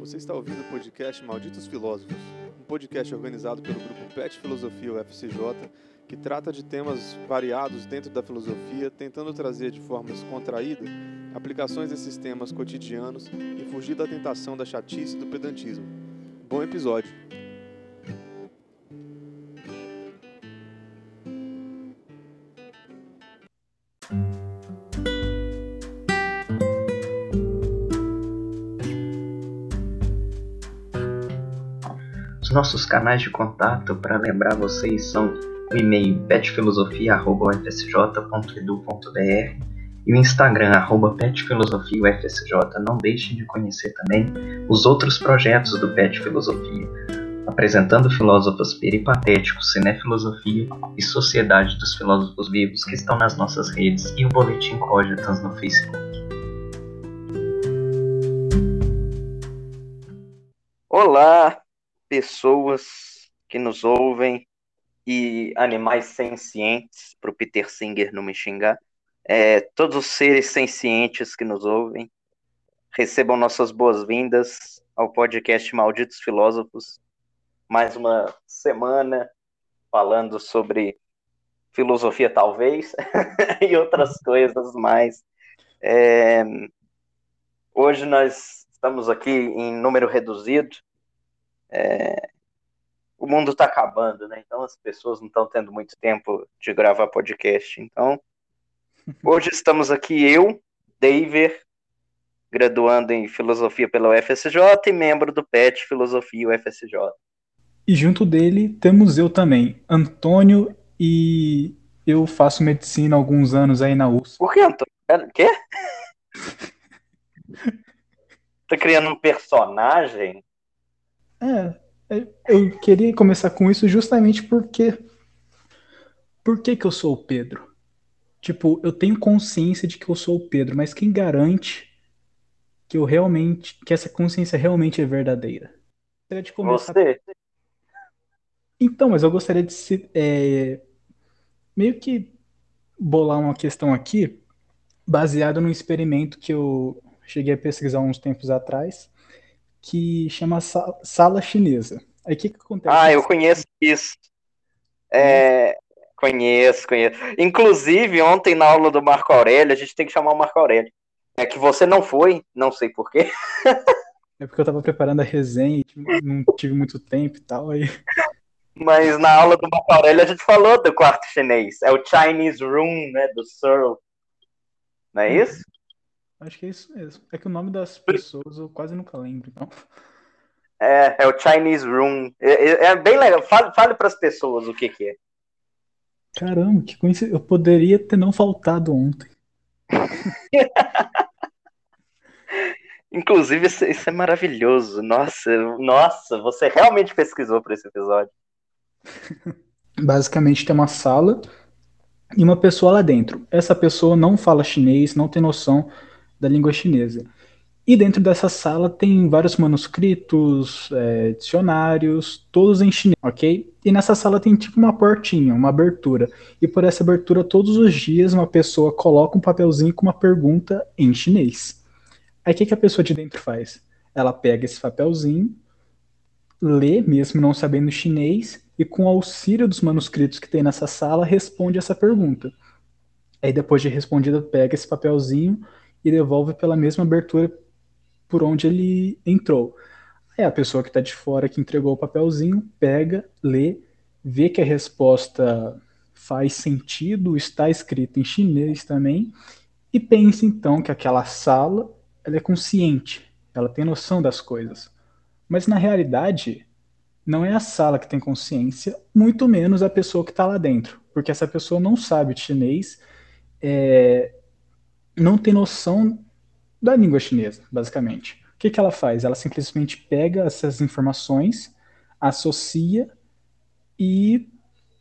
Você está ouvindo o podcast Malditos Filósofos, um podcast organizado pelo grupo PET Filosofia UFCJ, que trata de temas variados dentro da filosofia, tentando trazer de forma descontraída aplicações desses temas cotidianos e fugir da tentação da chatice e do pedantismo. Bom episódio! Os nossos canais de contato, para lembrar vocês, são o e-mail petfilosofia@ufsj.edu.br e o Instagram @petfilosofiaufsj. Não deixem de conhecer também os outros projetos do Pet Filosofia, apresentando filósofos peripatéticos, Cinefilosofia e Sociedade dos Filósofos Vivos, que estão nas nossas redes, e o Boletim Cogitans no Facebook. Olá, pessoas que nos ouvem e animais sencientes, para o Peter Singer não me xingar. Todos os seres sencientes que nos ouvem, recebam nossas boas-vindas ao podcast Malditos Filósofos. Mais uma semana falando sobre filosofia, talvez, e outras coisas mais. Hoje nós estamos aqui em número reduzido. O mundo está acabando, né? Então as pessoas não estão tendo muito tempo de gravar podcast. Então, hoje estamos aqui eu, David, graduando em Filosofia pela UFSJ e membro do PET Filosofia UFSJ. E junto dele temos eu também, Antônio, e eu faço medicina há alguns anos aí na USP. Por que, Antônio? Quê? Tá criando um personagem? Eu queria começar com isso justamente porque... Por que eu sou o Pedro? Tipo, eu tenho consciência de que eu sou o Pedro, mas quem garante que que essa consciência realmente é verdadeira? Eu gostaria de começar... Você? Então, mas eu gostaria de meio que bolar uma questão aqui, baseado num experimento que eu cheguei a pesquisar uns tempos atrás, que chama sala chinesa. Aí o que acontece? Eu conheço isso. Conheço. Inclusive, ontem na aula do Marco Aurélio, a gente tem que chamar o Marco Aurélio. É que você não foi, não sei porquê. É porque eu tava preparando a resenha e não tive muito tempo e tal. Aí... Mas na aula do Marco Aurélio a gente falou do quarto chinês. É o Chinese Room, né, do Searle. Não é isso? Acho que é isso mesmo. É que o nome das pessoas eu quase nunca lembro, então. É o Chinese Room. É bem legal. Fale para as pessoas o que é. Caramba, que coincidência. Eu poderia ter não faltado ontem. Inclusive, isso é maravilhoso. Nossa, você realmente pesquisou para esse episódio. Basicamente tem uma sala e uma pessoa lá dentro. Essa pessoa não fala chinês, não tem noção da língua chinesa. E dentro dessa sala tem vários manuscritos, dicionários, todos em chinês, ok? E nessa sala tem tipo uma portinha, uma abertura. E por essa abertura, todos os dias, uma pessoa coloca um papelzinho com uma pergunta em chinês. Aí o que a pessoa de dentro faz? Ela pega esse papelzinho, lê, mesmo não sabendo chinês, e com o auxílio dos manuscritos que tem nessa sala, responde essa pergunta. Aí depois de respondida, pega esse papelzinho e devolve pela mesma abertura por onde ele entrou. Aí a pessoa que está de fora, que entregou o papelzinho, pega, lê, vê que a resposta faz sentido, está escrita em chinês também, e pensa então que aquela sala ela é consciente, ela tem noção das coisas. Mas na realidade, não é a sala que tem consciência, muito menos a pessoa que está lá dentro, porque essa pessoa não sabe chinês, não tem noção da língua chinesa, basicamente. O que ela faz? Ela simplesmente pega essas informações, associa e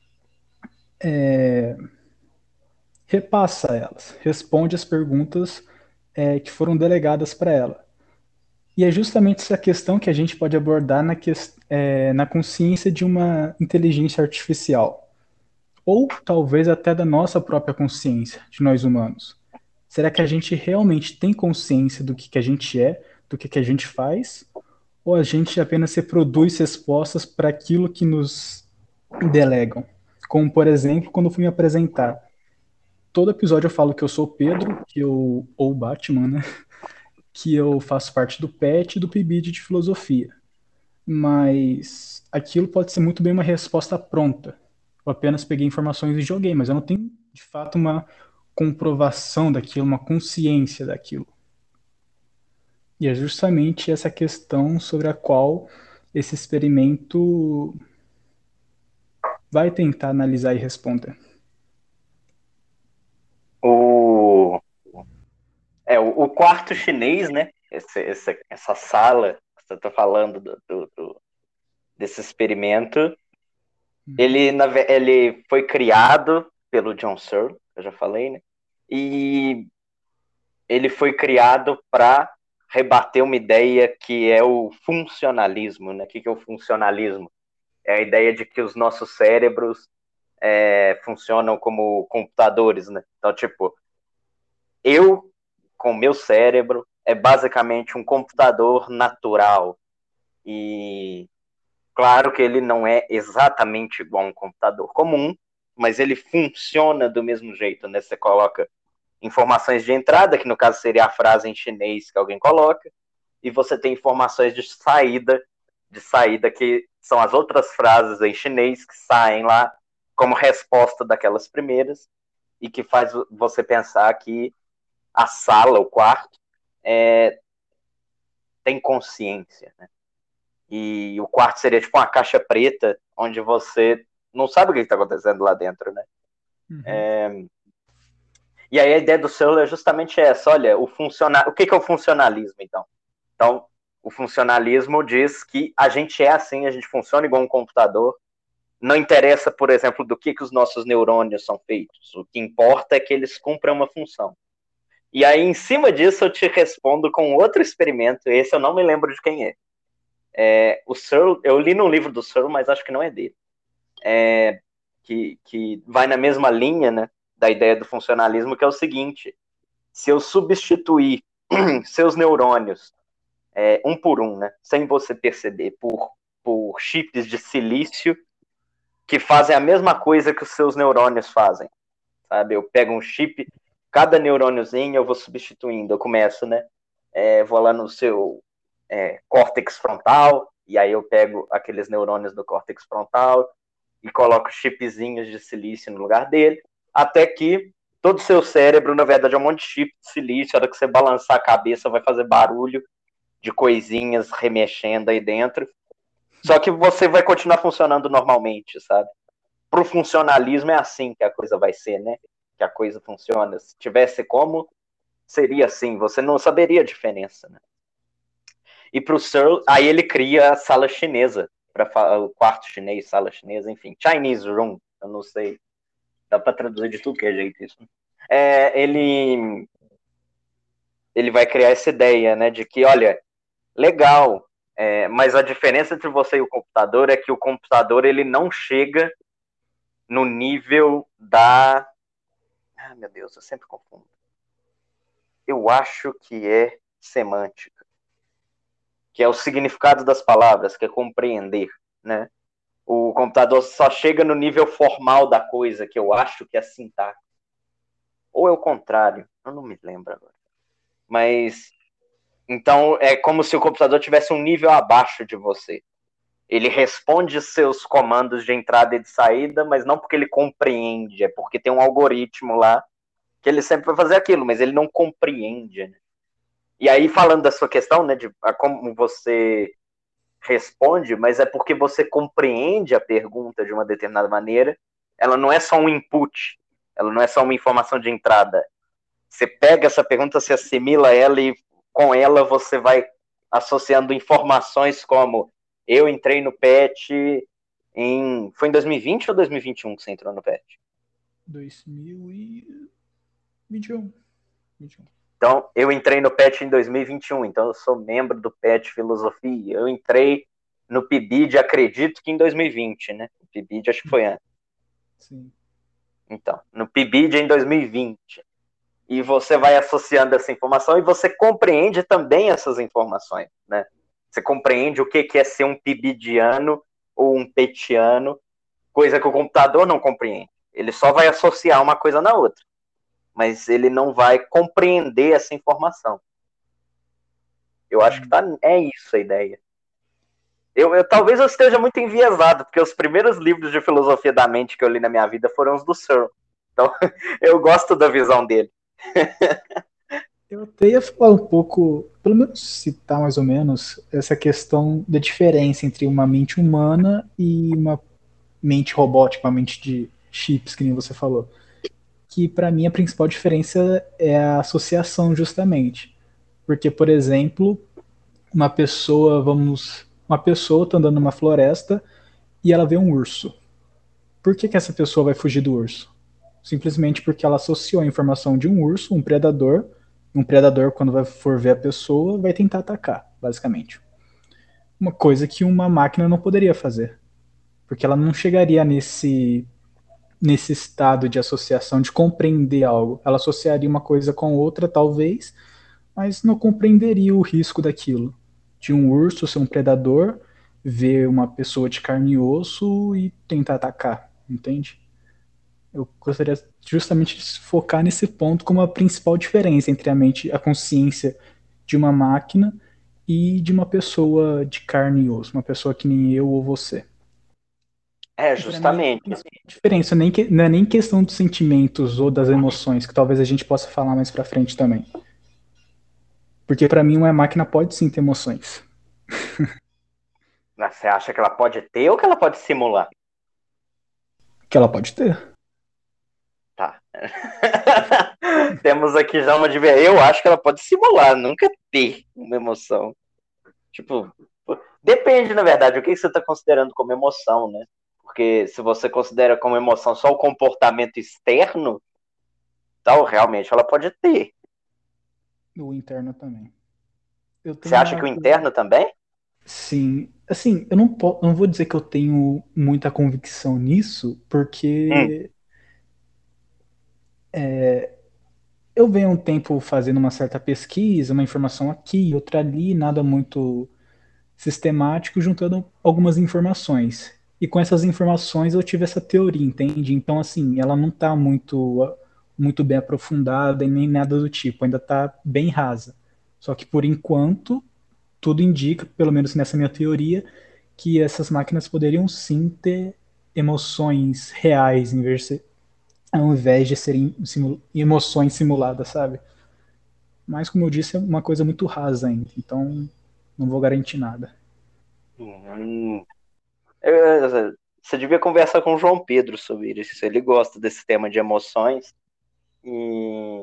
repassa elas, responde as perguntas que foram delegadas para ela. E é justamente essa questão que a gente pode abordar na consciência de uma inteligência artificial. Ou talvez até da nossa própria consciência, de nós humanos. Será que a gente realmente tem consciência do que a gente é, do que a gente faz? ou a gente apenas reproduz respostas para aquilo que nos delegam. Como, por exemplo, quando eu fui me apresentar. Todo episódio eu falo que eu sou o Pedro, ou o Batman, né? Que eu faço parte do PET e do PIBID de filosofia. Mas aquilo pode ser muito bem uma resposta pronta. Eu apenas peguei informações e joguei, mas eu não tenho, de fato, uma comprovação daquilo, uma consciência daquilo. E é justamente essa questão sobre a qual esse experimento vai tentar analisar e responder. O quarto chinês, né? Essa sala que você está falando desse experimento, ele foi criado pelo John Searle, eu já falei, né? E ele foi criado para rebater uma ideia que é o funcionalismo, né? O que é o funcionalismo? É a ideia de que os nossos cérebros funcionam como computadores, né? Então, tipo, eu, com o meu cérebro, é basicamente um computador natural. E claro que ele não é exatamente igual a um computador comum, mas ele funciona do mesmo jeito, né? Você coloca informações de entrada, que no caso seria a frase em chinês que alguém coloca, e você tem informações de saída que são as outras frases em chinês que saem lá como resposta daquelas primeiras e que faz você pensar que a sala, o quarto, tem consciência, né? E o quarto seria tipo uma caixa preta onde você não sabe o que está acontecendo lá dentro, né? Uhum. E aí a ideia do Searle é justamente essa. Olha, o que é o funcionalismo, então? Então, o funcionalismo diz que a gente é assim, a gente funciona igual um computador. Não interessa, por exemplo, do que os nossos neurônios são feitos. O que importa é que eles cumprem uma função. E aí, em cima disso, eu te respondo com outro experimento. Esse eu não me lembro de quem é. O Searle, eu li no livro do Searle, mas acho que não é dele. Que vai na mesma linha, né, da ideia do funcionalismo, que é o seguinte: se eu substituir seus neurônios um por um, né, sem você perceber, por chips de silício que fazem a mesma coisa que os seus neurônios fazem, sabe? Eu pego um chip, cada neurôniozinho eu vou substituindo, eu começo, né, vou lá no seu córtex frontal, e aí eu pego aqueles neurônios do córtex frontal e coloco chipzinhos de silício no lugar dele, até que todo o seu cérebro, na verdade, é um monte de chip de silício. A hora que você balançar a cabeça, vai fazer barulho de coisinhas remexendo aí dentro. Só que você vai continuar funcionando normalmente, sabe? Pro funcionalismo é assim que a coisa vai ser, né? Que a coisa funciona. Se tivesse como, seria assim. Você não saberia a diferença, né? E pro Searle, aí ele cria a sala chinesa, o quarto chinês, sala chinesa, enfim. Chinese Room, eu não sei. Dá pra traduzir de tudo que é jeito isso. Ele vai criar essa ideia, né, de que, olha, legal, mas a diferença entre você e o computador é que o computador, ele não chega no nível da... Ah, meu Deus, eu sempre confundo. Eu acho que é semântica, que é o significado das palavras, que é compreender, né? O computador só chega no nível formal da coisa, que eu acho que é sintaxe. Ou é o contrário, eu não me lembro agora. Mas, então, é como se o computador tivesse um nível abaixo de você. Ele responde seus comandos de entrada e de saída, mas não porque ele compreende, é porque tem um algoritmo lá que ele sempre vai fazer aquilo, mas ele não compreende, né? E aí, falando da sua questão, né, de como você responde, mas é porque você compreende a pergunta de uma determinada maneira, ela não é só um input, ela não é só uma informação de entrada. Você pega essa pergunta, se assimila ela e com ela você vai associando informações como eu entrei no PET foi em 2020 ou 2021 que você entrou no PET? 2021. Então, eu entrei no PET em 2021, então eu sou membro do PET Filosofia. Eu entrei no PIBID, acredito que em 2020, né? O PIBID acho que foi antes. Sim. Então, no PIBID em 2020. E você vai associando essa informação e você compreende também essas informações, né? Você compreende o que é ser um pibidiano ou um petiano, coisa que o computador não compreende. Ele só vai associar uma coisa na outra, mas ele não vai compreender essa informação. Eu acho que é isso a ideia. Talvez eu esteja muito enviesado, porque os primeiros livros de filosofia da mente que eu li na minha vida foram os do Searle. Então, eu gosto da visão dele. Eu até ia falar um pouco, pelo menos citar mais ou menos, essa questão da diferença entre uma mente humana e uma mente robótica, uma mente de chips, que nem você falou. Que para mim a principal diferença é a associação, justamente. Porque, por exemplo, uma pessoa está andando numa floresta e ela vê um urso. Por que essa pessoa vai fugir do urso? Simplesmente porque ela associou a informação de um urso, um predador, quando for ver a pessoa, vai tentar atacar, basicamente. Uma coisa que uma máquina não poderia fazer. Porque ela não chegaria nesse estado de associação, de compreender algo. Ela associaria uma coisa com outra, talvez, mas não compreenderia o risco daquilo. De um urso ser um predador, ver uma pessoa de carne e osso e tentar atacar, entende? Eu gostaria justamente de focar nesse ponto como a principal diferença entre a consciência de uma máquina e de uma pessoa de carne e osso, uma pessoa que nem eu ou você. Justamente. A diferença não é nem questão dos sentimentos ou das emoções, que talvez a gente possa falar mais pra frente também. Porque pra mim uma máquina pode sim ter emoções. Mas você acha que ela pode ter ou que ela pode simular? Que ela pode ter. Tá. Temos aqui já uma divergência. Eu acho que ela pode simular, nunca ter uma emoção. Tipo, depende, na verdade, o que você está considerando como emoção, né? Porque se você considera como emoção só o comportamento externo, então realmente ela pode ter. O interno também. Você acha que o interno também? Sim. Assim, eu não vou dizer que eu tenho muita convicção nisso, porque eu venho um tempo fazendo uma certa pesquisa, uma informação aqui, outra ali, nada muito sistemático, juntando algumas informações. E com essas informações eu tive essa teoria, entende? Então, assim, ela não está muito bem aprofundada e nem nada do tipo, ainda está bem rasa. Só que por enquanto, tudo indica, pelo menos nessa minha teoria, que essas máquinas poderiam sim ter emoções reais, ao invés de serem emoções simuladas, sabe? Mas, como eu disse, é uma coisa muito rasa ainda, então não vou garantir nada. Você devia conversar com o João Pedro sobre isso. Ele gosta desse tema de emoções. E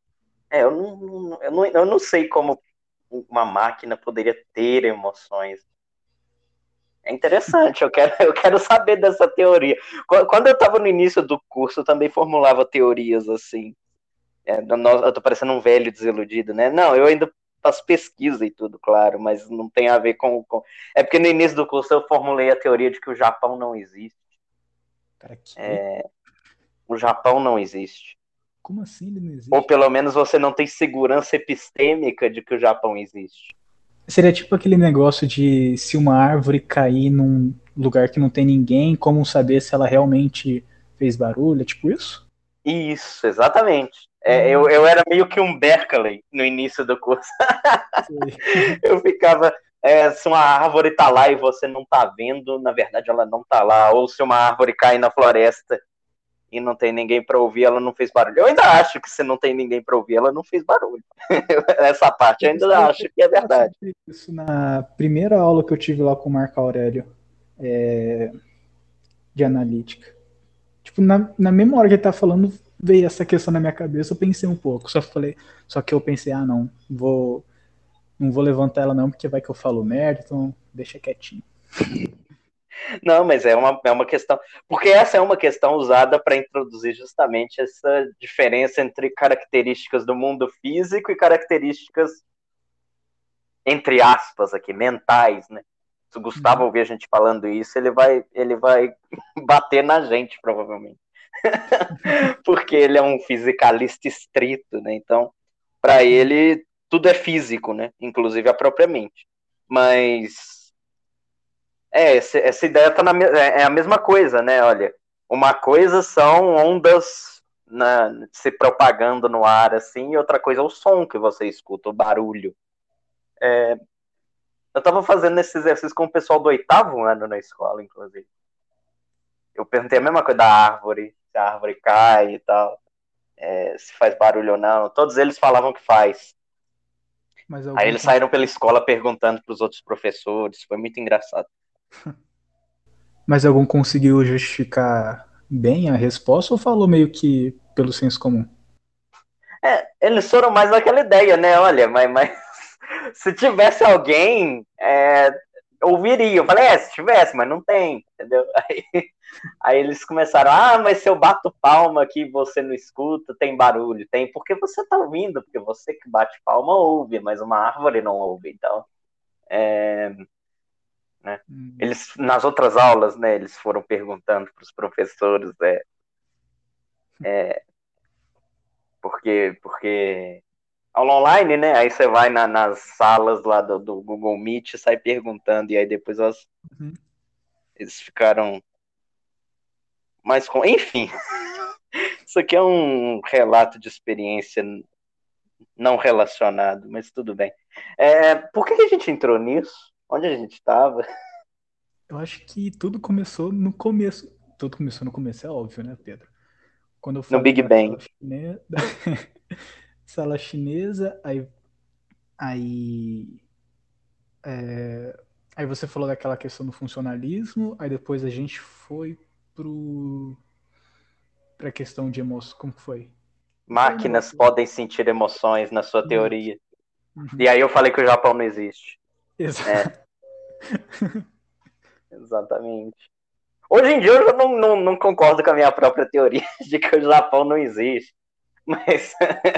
eu não sei como uma máquina poderia ter emoções. É interessante, eu quero saber dessa teoria. Quando eu estava no início do curso, eu também formulava teorias assim. Eu tô parecendo um velho desiludido, né? Não, eu ainda faço pesquisa e tudo, claro, mas não tem a ver com... É porque no início do curso eu formulei a teoria de que o Japão não existe. Cara, que... O Japão não existe. Como assim ele não existe? Ou pelo menos você não tem segurança epistêmica de que o Japão existe. Seria tipo aquele negócio de se uma árvore cair num lugar que não tem ninguém, como saber se ela realmente fez barulho? É tipo isso? Isso, exatamente. Eu era meio que um Berkeley no início do curso. Eu ficava... se uma árvore tá lá e você não tá vendo, na verdade ela não tá lá. Ou se uma árvore cai na floresta e não tem ninguém para ouvir, ela não fez barulho. Eu ainda acho que se não tem ninguém para ouvir, ela não fez barulho. Essa parte eu ainda acho que é verdade. Isso na primeira aula que eu tive lá com o Marco Aurélio, de analítica. Tipo, na mesma hora que ele tá falando, veio essa questão na minha cabeça, eu pensei um pouco. Só que eu pensei, não vou levantar ela não, porque vai que eu falo merda, então deixa quietinho. Não, mas é uma questão... Porque essa é uma questão usada para introduzir justamente essa diferença entre características do mundo físico e características, entre aspas aqui, mentais, né? Se o Gustavo ouvir a gente falando isso, ele vai bater na gente, provavelmente. Porque ele é um fisicalista estrito, né? Então, para ele, tudo é físico, né? Inclusive a própria mente. Mas essa ideia é a mesma coisa, né? Olha, uma coisa são ondas se propagando no ar, assim, e outra coisa é o som que você escuta, o barulho. Eu estava fazendo esse exercício com o pessoal do 8º ano na escola, inclusive. Eu perguntei a mesma coisa da árvore, se a árvore cai e tal, se faz barulho ou não. Todos eles falavam que faz. Mas Aí algum eles saíram pela escola perguntando para os outros professores. Foi muito engraçado. Mas algum conseguiu justificar bem a resposta ou falou meio que pelo senso comum? Eles foram mais naquela ideia, né? Olha, mas se tivesse alguém, ouviria. Eu falei, se tivesse, mas não tem, entendeu? Aí eles começaram, mas se eu bato palma aqui e você não escuta, tem barulho. Tem porque você tá ouvindo, porque você que bate palma ouve, mas uma árvore não ouve. Então, né? Eles, nas outras aulas, né, eles foram perguntando para os professores, porque aula online, né? Aí você vai nas salas lá do Google Meet e sai perguntando, e aí depois eles ficaram mais com. Enfim, isso aqui é um relato de experiência não relacionado, mas tudo bem. Por que a gente entrou nisso? Onde a gente estava? Eu acho que tudo começou no começo. Tudo começou no começo, é óbvio, né, Pedro? Quando eu No falei Big da Bang. sala chinesa, sala chinesa, aí, aí você falou daquela questão do funcionalismo, aí depois a gente foi pra questão de emoção. Como que foi? Foi um Máquinas negócio. podem sentir emoções na sua Isso. teoria. E aí eu falei que o Japão não existe. Exato. Exatamente. Hoje em dia eu já não concordo com a minha própria teoria de que o Japão não existe. Mas.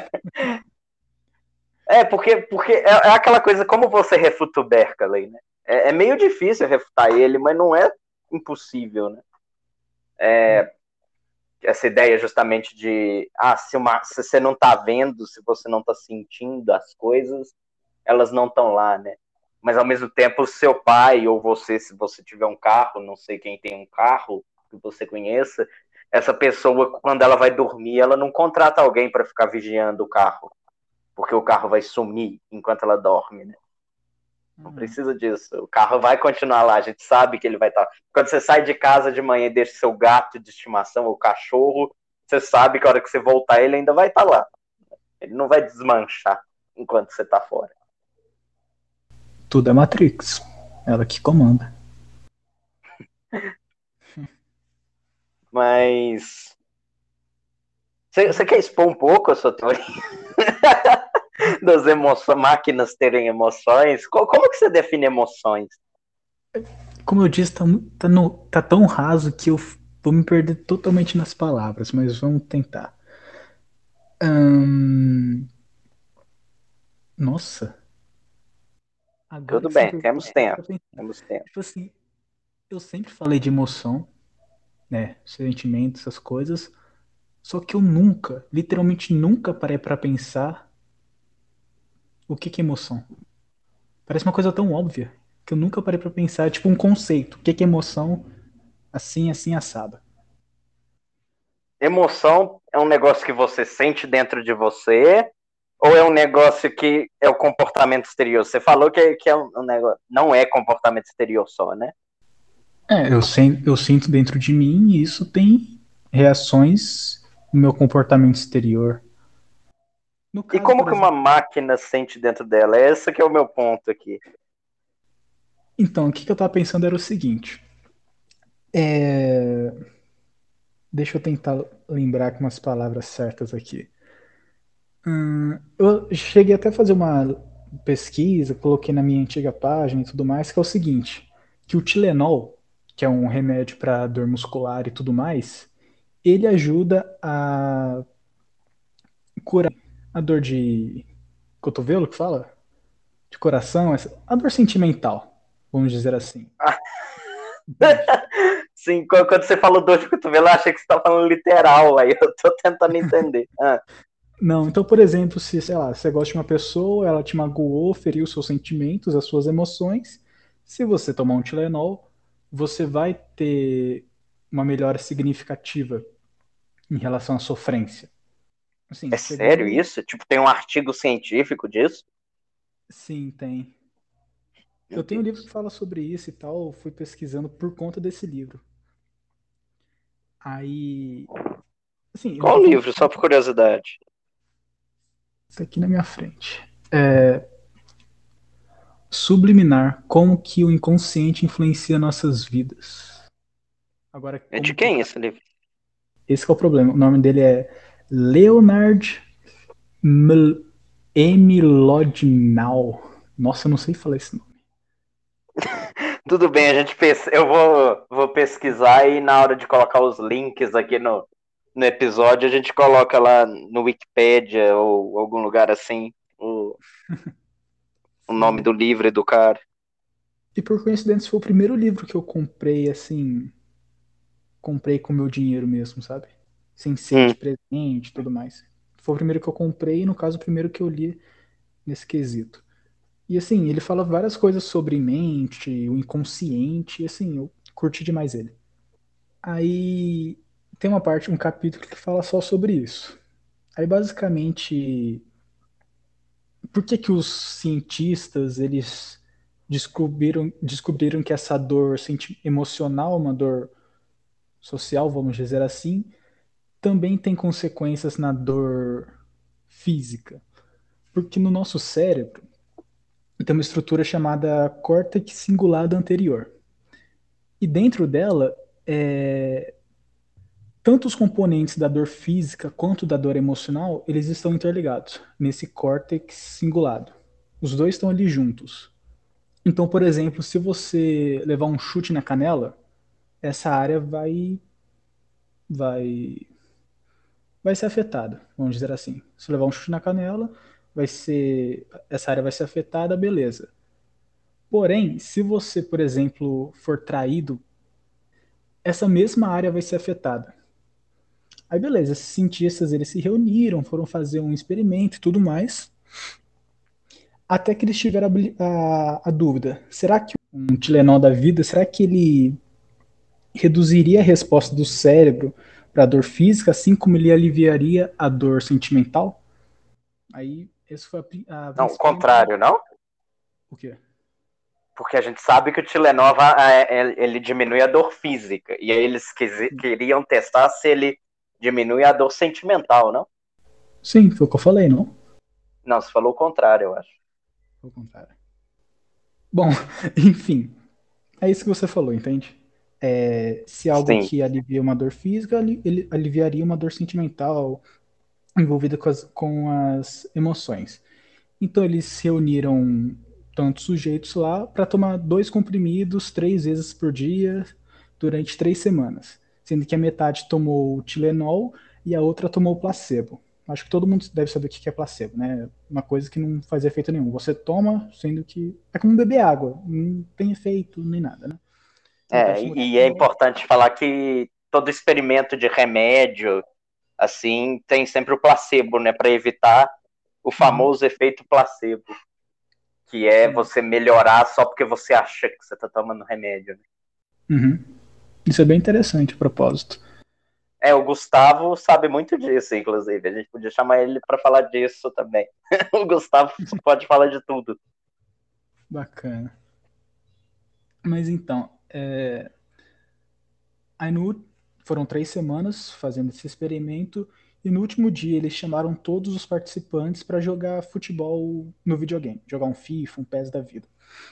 Porque é aquela coisa, como você refuta o Berkeley, né? É meio difícil refutar ele, mas não é impossível, né? Essa ideia justamente de se você não está vendo, se você não está sentindo as coisas, elas não estão lá, né? Mas ao mesmo tempo, o seu pai ou você, se você tiver um carro, não sei quem tem um carro que você conheça, essa pessoa, quando ela vai dormir, ela não contrata alguém para ficar vigiando o carro, porque o carro vai sumir enquanto ela dorme, né? Não precisa disso. O carro vai continuar lá, a gente sabe que ele vai estar. Quando você sai de casa de manhã e deixa seu gato de estimação ou cachorro, você sabe que a hora que você voltar ele ainda vai estar lá. Ele não vai desmanchar enquanto você está fora. Tudo é Matrix. Ela que comanda. Mas você quer expor um pouco a sua teoria das máquinas terem emoções? Como que você define emoções? Como eu disse, tá tão raso que eu vou me perder totalmente nas palavras, mas vamos tentar. Nossa. Agora Tudo que você me bem, perguntou, temos tempo. Temos tempo. tipo assim, eu sempre falei de emoção, né? Sentimentos, essas coisas. Só que eu nunca, literalmente nunca parei pra pensar o que é emoção. Parece uma coisa tão óbvia que eu nunca parei pra pensar, tipo um conceito. O que é emoção assim, assim, assado. Emoção é um negócio que você sente dentro de você ou é um negócio que é o comportamento exterior? Você falou que é um negócio, não é comportamento exterior só, né? Eu sinto dentro de mim e isso tem reações no meu comportamento exterior. No E caso, como por que uma exemplo. máquina sente dentro dela? Esse que é o meu ponto aqui. Então, o que eu tava pensando era o seguinte. Deixa eu tentar lembrar com umas palavras certas aqui. Eu cheguei até a fazer uma pesquisa, coloquei na minha antiga página e tudo mais, que é o seguinte, que o Tilenol, que é um remédio para dor muscular e tudo mais, ele ajuda a curar a dor de cotovelo, que fala? De coração, a dor sentimental, vamos dizer assim. Entende? Sim, quando você falou dor de cotovelo, eu achei que você estava falando literal, aí eu tô tentando entender. Não, então, por exemplo, se, sei lá, você gosta de uma pessoa, ela te magoou, feriu seus sentimentos, as suas emoções, se você tomar um Tilenol, você vai ter uma melhora significativa em relação à sofrência. Assim, É sério segundo. isso? Tipo, tem um artigo científico disso? Sim, tem. Meu Eu tenho um livro Deus. que fala sobre isso e tal, eu fui pesquisando por conta desse livro. Aí, assim, eu não tô Qual falando livro, só por curiosidade? isso aqui na minha frente. Subliminar, como que o inconsciente influencia nossas vidas. Agora, É de como que o quem cara... esse livro? Esse que é o problema. O nome dele é Leonard Emilodinal. Nossa, eu não sei falar esse nome. Tudo bem, eu vou pesquisar e na hora de colocar os links aqui no episódio, a gente coloca lá no Wikipedia ou algum lugar assim o nome Sim. do livro e do cara. E por coincidência foi o primeiro livro que eu comprei, assim, comprei com meu dinheiro mesmo, sabe? Sem ser de Hum. presente e tudo mais. Foi o primeiro que eu comprei e, no caso, o primeiro que eu li nesse quesito. E assim, ele fala várias coisas sobre mente, o inconsciente, e assim, eu curti demais ele. Aí tem uma parte, um capítulo que fala só sobre isso. Aí basicamente, por que que os cientistas, eles descobriram que essa dor emocional, uma dor social, vamos dizer assim, também tem consequências na dor física? Porque no nosso cérebro tem uma estrutura chamada córtex cingulado anterior. E dentro dela, é, tanto os componentes da dor física quanto da dor emocional, eles estão interligados nesse córtex cingulado. Os dois estão ali juntos. Então, por exemplo, se você levar um chute na canela, essa área vai vai ser afetada, vamos dizer assim. Se levar um chute na canela, essa área vai ser afetada, beleza. Porém, se você, por exemplo, for traído, essa mesma área vai ser afetada. Aí beleza, esses cientistas eles se reuniram, foram fazer um experimento e tudo mais, até que eles tiveram a dúvida, será que um Tilenol da vida, será que ele reduziria a resposta do cérebro para a dor física, assim como ele aliviaria a dor sentimental? Aí, esse foi a Não, o principal... contrário, não? O quê? Porque a gente sabe que o Tilenova ele diminui a dor física. E aí eles queriam testar se ele diminui a dor sentimental, não? Sim, foi o que eu falei, não? Não, você falou o contrário, eu acho. Vou contar. Bom, enfim, é isso que você falou, entende? Se algo Sim. que alivia uma dor física, ele aliviaria uma dor sentimental envolvida com as emoções. Então eles se reuniram tantos sujeitos lá para tomar 2 comprimidos 3 vezes por dia durante 3 semanas, sendo que a metade tomou o Tilenol e a outra tomou o placebo. Acho que todo mundo deve saber o que é placebo, né? Uma coisa que não faz efeito nenhum. Você toma, sendo que é como beber água, não tem efeito nem nada, né? Metade tomou E é Tilenol. importante falar que todo experimento de remédio, assim, tem sempre o placebo, né? Para evitar o Uhum, famoso efeito placebo, que é sim. você melhorar só porque você acha que você está tomando remédio. Né? Uhum. Isso é bem interessante, a propósito. O Gustavo sabe muito disso, inclusive. A gente podia chamar ele para falar disso também. O Gustavo pode falar de tudo. Bacana. Mas então, aí foram 3 semanas fazendo esse experimento e no último dia eles chamaram todos os participantes para jogar futebol no videogame, jogar um FIFA, um PES da vida.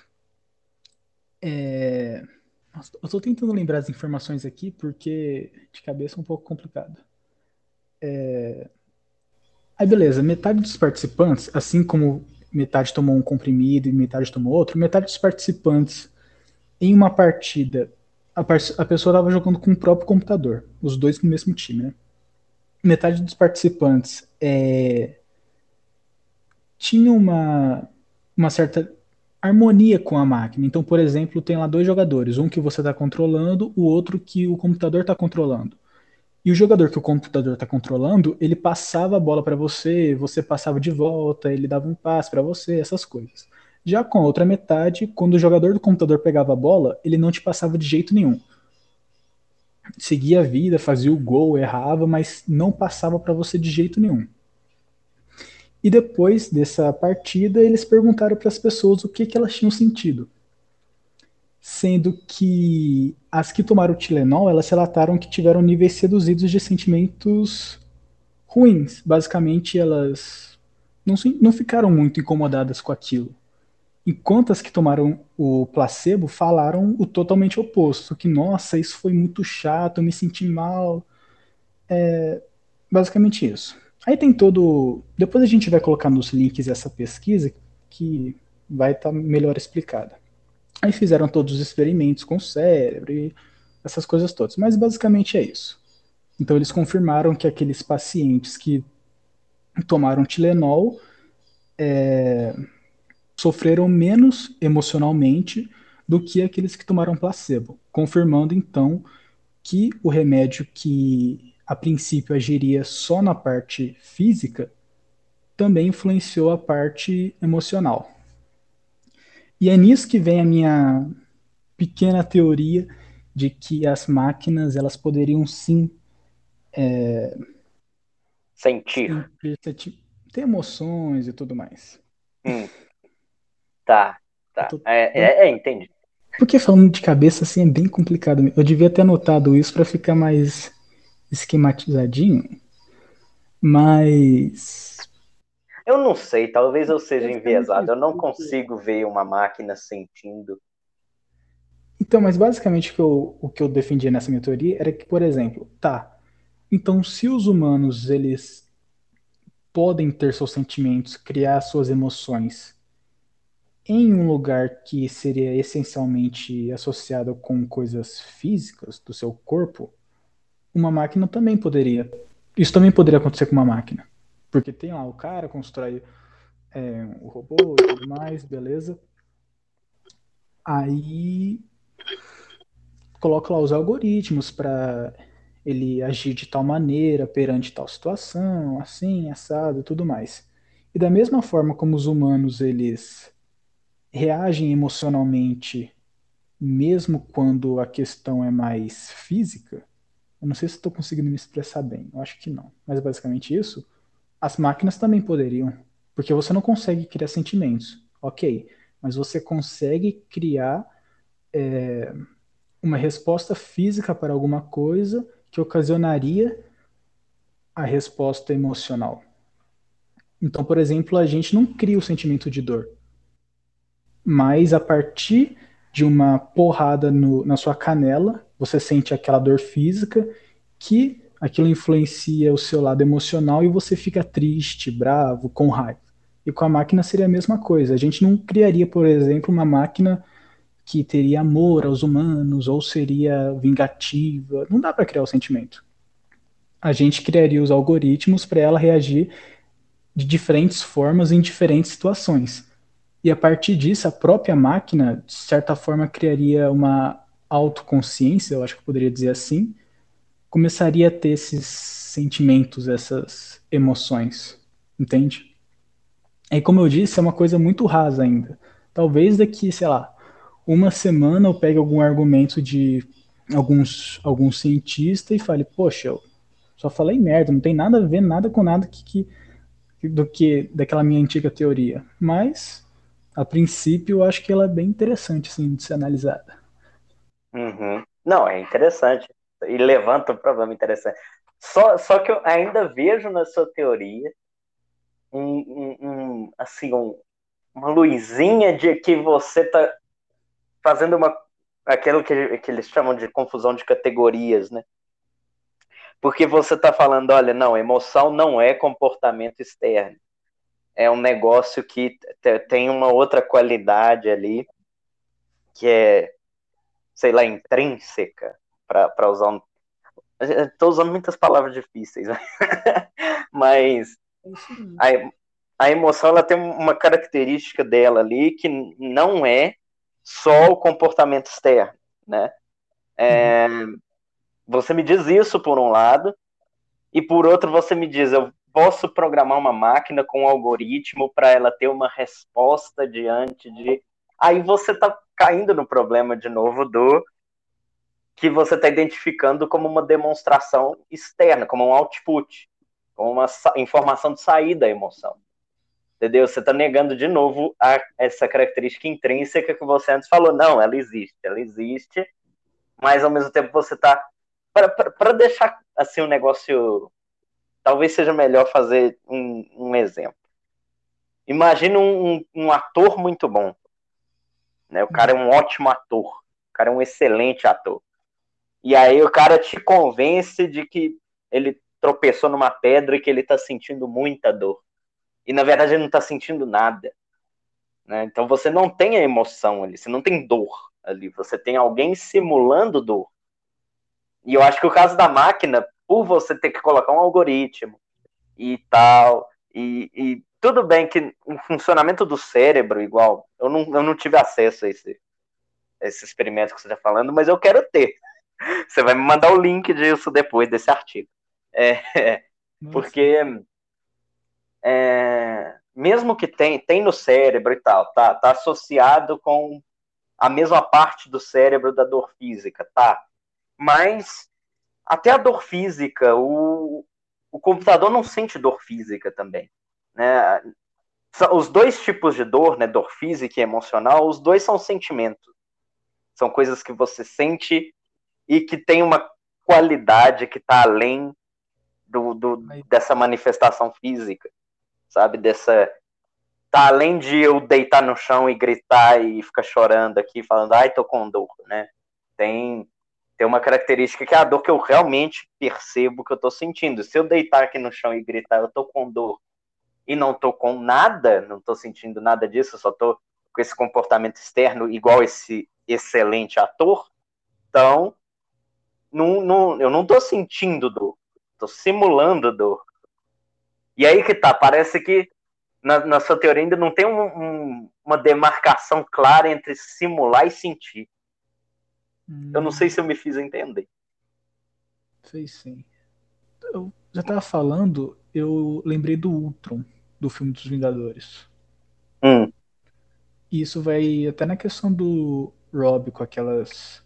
Nossa, eu tô tentando lembrar as informações aqui porque de cabeça é um pouco complicado. Aí beleza, metade dos participantes, assim como metade tomou um comprimido e metade tomou outro, metade dos participantes em uma partida, a pessoa estava jogando com o próprio computador, os dois no mesmo time, né? Metade dos participantes tinha uma certa harmonia com a máquina. Então, por exemplo, tem lá 2 jogadores, um que você está controlando, o outro que o computador está controlando. E o jogador que o computador está controlando, ele passava a bola para você, você passava de volta, ele dava um passe para você, essas coisas. Já com a outra metade, quando o jogador do computador pegava a bola, ele não te passava de jeito nenhum. Seguia a vida, fazia o gol, errava, mas não passava para você de jeito nenhum. E depois dessa partida, eles perguntaram para as pessoas o que elas tinham sentido. Sendo que as que tomaram o Tilenol, elas relataram que tiveram níveis reduzidos de sentimentos ruins. Basicamente, elas não ficaram muito incomodadas com aquilo. Enquanto as que tomaram o placebo falaram o totalmente oposto, que nossa, isso foi muito chato, eu me senti mal. Basicamente isso. Aí tem todo. Depois a gente vai colocar nos links essa pesquisa que vai estar melhor explicada. Aí fizeram todos os experimentos com o cérebro e essas coisas todas. Mas basicamente é isso. Então eles confirmaram que aqueles pacientes que tomaram Tilenol sofreram menos emocionalmente do que aqueles que tomaram placebo, confirmando então que o remédio que a princípio agiria só na parte física também influenciou a parte emocional. E é nisso que vem a minha pequena teoria de que as máquinas elas poderiam sim Sentir. ter emoções e tudo mais. Tá, Eu tá. tô Entendi. Porque falando de cabeça assim é bem complicado. Eu devia ter anotado isso para ficar mais esquematizadinho, mas Eu não sei, talvez eu seja basicamente enviesado. isso. Eu não consigo ver uma máquina sentindo. Então, mas basicamente o que eu defendia nessa minha teoria era que, por exemplo, tá, então se os humanos eles podem ter seus sentimentos, criar suas emoções em um lugar que seria essencialmente associado com coisas físicas do seu corpo, uma máquina também poderia. Isso também poderia acontecer com uma máquina. Porque tem lá o cara constrói o robô e tudo mais, beleza. Aí coloca lá os algoritmos para ele agir de tal maneira perante tal situação, assim, assado e tudo mais. E da mesma forma como os humanos eles reagem emocionalmente mesmo quando a questão é mais física, eu não sei se estou conseguindo me expressar bem, eu acho que não, mas é basicamente isso, as máquinas também poderiam, porque você não consegue criar sentimentos, ok, mas você consegue criar uma resposta física para alguma coisa que ocasionaria a resposta emocional. Então, por exemplo, a gente não cria o sentimento de dor, mas a partir de uma porrada na sua canela, você sente aquela dor física que aquilo influencia o seu lado emocional e você fica triste, bravo, com raiva. E com a máquina seria a mesma coisa. A gente não criaria, por exemplo, uma máquina que teria amor aos humanos ou seria vingativa. Não dá para criar o sentimento. A gente criaria os algoritmos para ela reagir de diferentes formas em diferentes situações. E a partir disso, a própria máquina, de certa forma, criaria uma autoconsciência, eu acho que eu poderia dizer assim, começaria a ter esses sentimentos, essas emoções, entende? Aí, como eu disse, é uma coisa muito rasa ainda. Talvez daqui, sei lá, uma semana eu pegue algum argumento de algum cientista e fale, poxa, eu só falei merda, não tem nada a ver nada com nada do que daquela minha antiga teoria. Mas, a princípio, eu acho que ela é bem interessante assim, de ser analisada. Uhum. Não, é interessante. E levanta um problema interessante. Só que eu ainda vejo na sua teoria assim, uma luzinha de que você está fazendo aquilo que eles chamam de confusão de categorias, né? Porque você está falando, olha, não, emoção não é comportamento externo. É um negócio que tem uma outra qualidade ali, que é, sei lá, intrínseca, para usar um. Estou usando muitas palavras difíceis, né? Mas a emoção ela tem uma característica dela ali que não é só o comportamento externo, né? você me diz isso por um lado, e por outro você me diz, eu posso programar uma máquina com um algoritmo para ela ter uma resposta diante de... Aí você está caindo no problema de novo do que você está identificando como uma demonstração externa, como um output, como uma informação de saída da emoção. Entendeu? Você está negando de novo essa característica intrínseca que você antes falou. Não, ela existe, mas ao mesmo tempo você está... Para deixar assim um negócio... Talvez seja melhor fazer um exemplo. Imagina um ator muito bom. Né? O cara é um ótimo ator. O cara é um excelente ator. E aí o cara te convence de que ele tropeçou numa pedra e que ele está sentindo muita dor. E na verdade ele não está sentindo nada. Né? Então você não tem a emoção ali, você não tem dor ali, você tem alguém simulando dor. E eu acho que o caso da máquina, por você ter que colocar um algoritmo e tal, e tudo bem que o funcionamento do cérebro, igual, eu não tive acesso a esse experimento que você está falando, mas eu quero ter. Você vai me mandar o link disso depois, desse artigo. Porque mesmo que tem no cérebro e tal, tá associado com a mesma parte do cérebro da dor física, tá? Mas até a dor física, o computador não sente dor física também, né? Os dois tipos de dor, né, dor física e emocional, os dois são sentimentos. São coisas que você sente e que tem uma qualidade que está além dessa manifestação física, sabe? Tá além de eu deitar no chão e gritar e ficar chorando aqui, falando, ai, tô com dor, né? Tem uma característica que é a dor que eu realmente percebo que eu tô sentindo. Se eu deitar aqui no chão e gritar, eu tô com dor, e não tô com nada, não tô sentindo nada disso, só tô com esse comportamento externo igual esse excelente ator, então eu não tô sentindo dor, tô simulando dor. E aí que tá, parece que na sua teoria ainda não tem uma demarcação clara entre simular e sentir. Eu não sei se eu me fiz entender. Sei sim. Eu já tava falando, eu lembrei do Ultron, do filme dos Vingadores. E isso vai até na questão do Rob com aquelas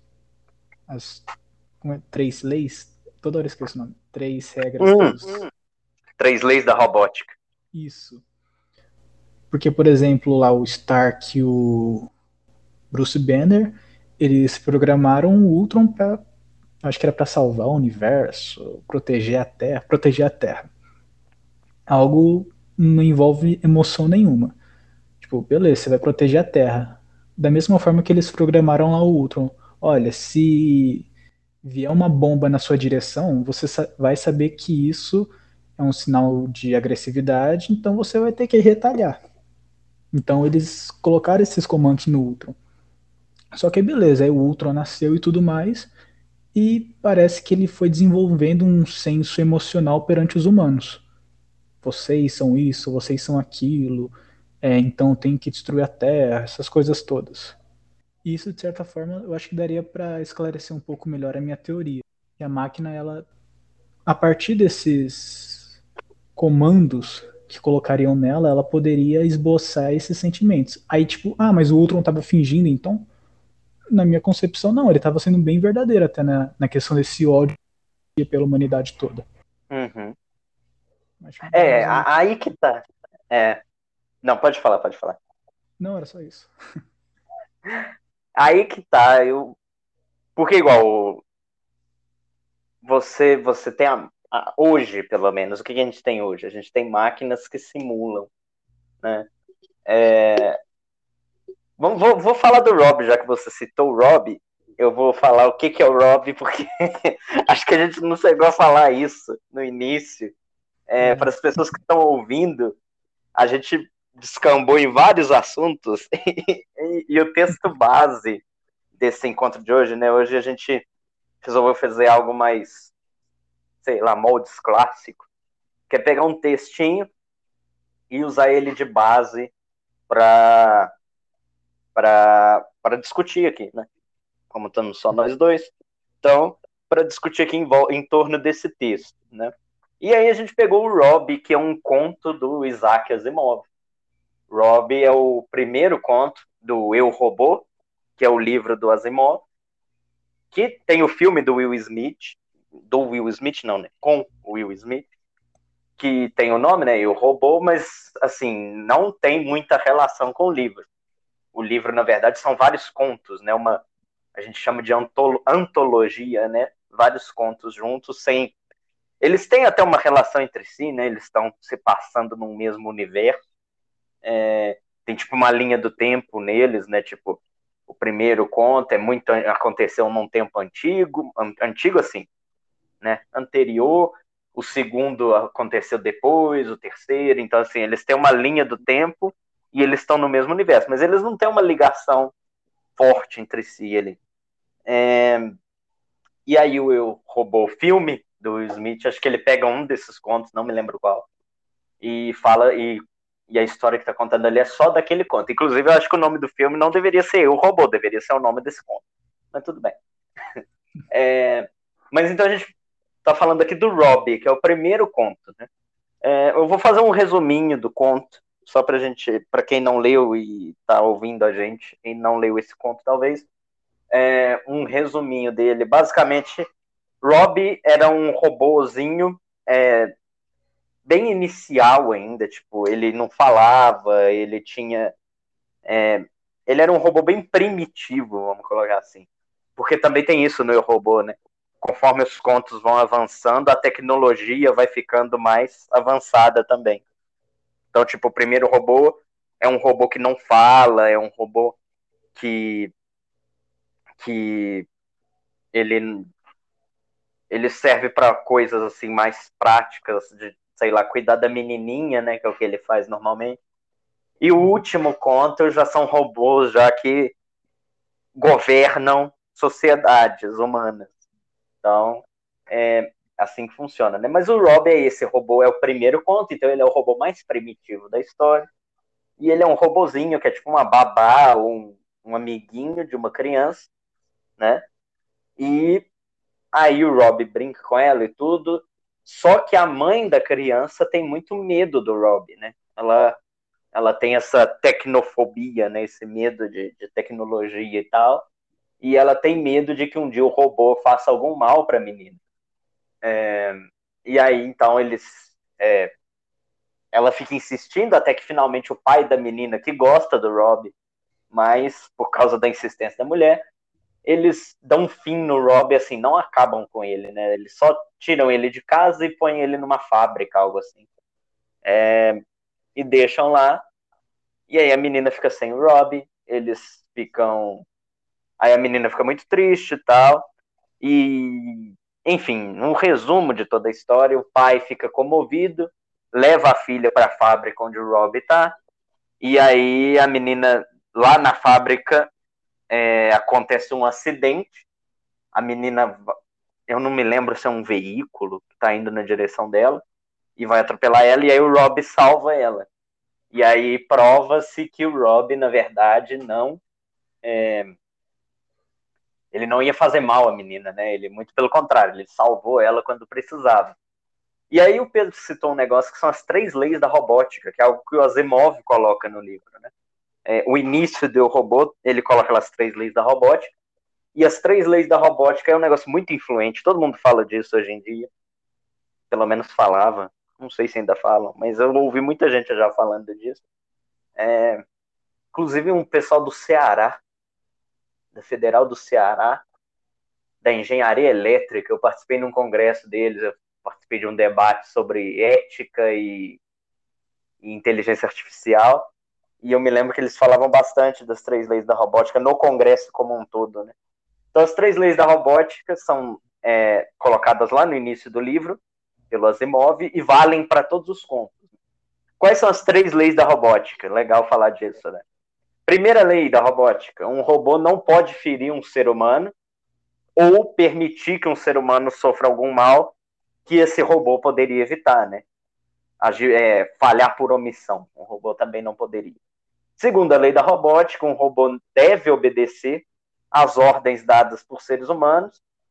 três leis. Toda hora eu esqueço o nome. Três regras dos... 3 leis da robótica. Isso. Porque, por exemplo, lá o Stark e o Bruce Banner, eles programaram o Ultron pra... Acho que era pra salvar o universo, proteger a Terra. Algo não envolve emoção nenhuma. Tipo, beleza, você vai proteger a Terra. Da mesma forma que eles programaram lá o Ultron. Olha, se vier uma bomba na sua direção, você vai saber que isso é um sinal de agressividade, então você vai ter que retalhar. Então eles colocaram esses comandos no Ultron. Só que beleza, aí o Ultron nasceu e tudo mais, e parece que ele foi desenvolvendo um senso emocional perante os humanos. Vocês são isso, vocês são aquilo, então tem que destruir a Terra, essas coisas todas. E isso, de certa forma, eu acho que daria para esclarecer um pouco melhor a minha teoria. Que a máquina, ela, a partir desses comandos que colocariam nela, ela poderia esboçar esses sentimentos. Aí, tipo, mas o Ultron tava fingindo, então? Na minha concepção, não. Ele tava sendo bem verdadeiro até na questão desse ódio pela humanidade toda. Uhum. Aí que tá. Não, pode falar. Não, era só isso. Aí que tá. Porque igual você tem hoje, pelo menos, o que a gente tem hoje? A gente tem máquinas que simulam, né? Vou falar do Rob, já que você citou o Rob. Eu vou falar o que é o Rob, porque acho que a gente não chegou a falar isso no início. Para as pessoas que estão ouvindo, a gente descambou em vários assuntos e o texto base desse encontro de hoje, né? Hoje a gente resolveu fazer algo mais, sei lá, moldes clássico, que é pegar um textinho e usar ele de base para discutir aqui, né? Como estamos só nós dois. Então, para discutir aqui em torno desse texto, né? E aí a gente pegou o Rob, que é um conto do Isaac Asimov. Rob é o primeiro conto do Eu, Robô, que é o livro do Asimov, que tem o filme do Will Smith, não, né? Com o Will Smith, que tem o nome, né? Eu, Robô, mas, assim, não tem muita relação com o livro. O livro, na verdade, são vários contos, né? A gente chama de antologia, né? Vários contos juntos, sem... Eles têm até uma relação entre si, né? Eles estão se passando num mesmo universo. Tem, tipo, uma linha do tempo neles, né? Tipo, o primeiro conto aconteceu num tempo antigo assim, né? Anterior. O segundo aconteceu depois, o terceiro. Então, assim, eles têm uma linha do tempo e eles estão no mesmo universo, mas eles não têm uma ligação forte entre si. E aí o Robô filme do Will Smith, acho que ele pega um desses contos, não me lembro qual, e fala, e a história que tá contando ali é só daquele conto. Inclusive, eu acho que o nome do filme não deveria ser Eu, Robô, deveria ser o nome desse conto. Mas tudo bem. Mas então a gente tá falando aqui do Rob, que é o primeiro conto, né? Eu vou fazer um resuminho do conto, só para quem não leu e tá ouvindo a gente e não leu esse conto, talvez. Um resuminho dele. Basicamente, Rob era um robozinho bem inicial ainda, tipo, ele não falava, ele tinha... ele era um robô bem primitivo, vamos colocar assim. Porque também tem isso no Eu, Robô, né? Conforme os contos vão avançando, a tecnologia vai ficando mais avançada também. Então, tipo, o primeiro robô é um robô que não fala, é um robô que ele serve para coisas assim mais práticas, de, sei lá, cuidar da menininha, né, que é o que ele faz normalmente. E o último conto já são robôs já que governam sociedades humanas. Então, é assim que funciona, né? Mas o Rob esse robô, é o primeiro conto, então ele é o robô mais primitivo da história. E ele é um robozinho que é tipo uma babá, um amiguinho de uma criança, né? E aí o Rob brinca com ela e tudo. Só que a mãe da criança tem muito medo do Rob, né? Ela tem essa tecnofobia, né? Esse medo de tecnologia e tal. E ela tem medo de que um dia o robô faça algum mal para a menina. E aí, então, ela fica insistindo até que finalmente o pai da menina, que gosta do Rob, mas por causa da insistência da mulher, eles dão fim no Rob, assim, não acabam com ele, né? Eles só tiram ele de casa e põem ele numa fábrica, algo assim. E deixam lá. E aí a menina fica sem o Rob, eles ficam... Aí a menina fica muito triste e tal. E, enfim, um resumo de toda a história, o pai fica comovido, leva a filha para a fábrica onde o Rob tá, e aí a menina, lá na fábrica, acontece um acidente, a menina, eu não me lembro se é um veículo que tá indo na direção dela, e vai atropelar ela, e aí o Rob salva ela. E aí prova-se que o Rob, na verdade, ele não ia fazer mal à menina, né? Ele, muito pelo contrário, ele salvou ela quando precisava. E aí o Pedro citou um negócio que são as 3 leis da robótica, que é algo que o Asimov coloca no livro, né? O início do robô, ele coloca as 3 leis da robótica, e as 3 leis da robótica é um negócio muito influente, todo mundo fala disso hoje em dia, pelo menos falava, não sei se ainda falam, mas eu ouvi muita gente já falando disso. Inclusive um pessoal do Ceará, da Federal do Ceará, da engenharia elétrica, eu participei num congresso deles, eu participei de um debate sobre ética e inteligência artificial, e eu me lembro que eles falavam bastante das 3 leis da robótica no congresso como um todo, né? Então as 3 leis da robótica são colocadas lá no início do livro, pelo Asimov, e valem para todos os contos. Quais são as 3 leis da robótica? Legal falar disso, né? Primeira lei da robótica, um robô não pode ferir um ser humano ou permitir que um ser humano sofra algum mal que esse robô poderia evitar, né? Falhar por omissão. Um robô também não poderia. Segunda lei da robótica, um robô deve obedecer às ordens dadas por seres humanos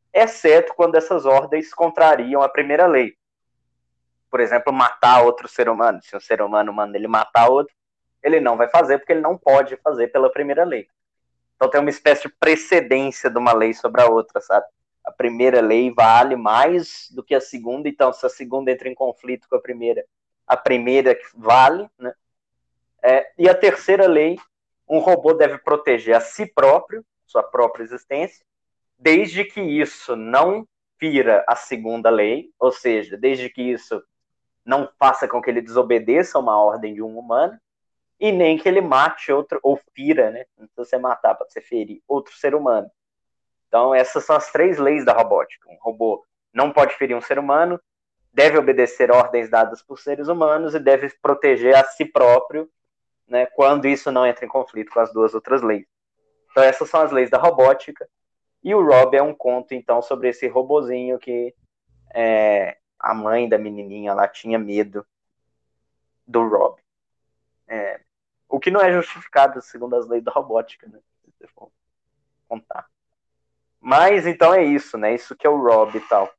exceto quando essas ordens contrariam a primeira lei. Por exemplo, matar outro ser humano. Se um ser humano manda ele matar outro, ele não vai fazer porque ele não pode fazer pela primeira lei. Então tem uma espécie de precedência de uma lei sobre a outra, sabe? A primeira lei vale mais do que a segunda, então se a segunda entra em conflito com a primeira que vale, né? E a terceira lei, um robô deve proteger a si próprio, sua própria existência, desde que isso não fira a segunda lei, ou seja, desde que isso não faça com que ele desobedeça uma ordem de um humano, e nem que ele mate outro, ou fira, né? Não precisa você matar, pode ser ferir outro ser humano. Então, essas são as 3 leis da robótica. Um robô não pode ferir um ser humano, deve obedecer ordens dadas por seres humanos e deve proteger a si próprio, né, quando isso não entra em conflito com as 2 outras leis. Então, essas são as leis da robótica. E o Rob é um conto, então, sobre esse robozinho que a mãe da menininha lá tinha medo do Rob. O que não é justificado segundo as leis da robótica, né? Se você for contar. Mas então é isso, né? Isso que é o Rob e tal.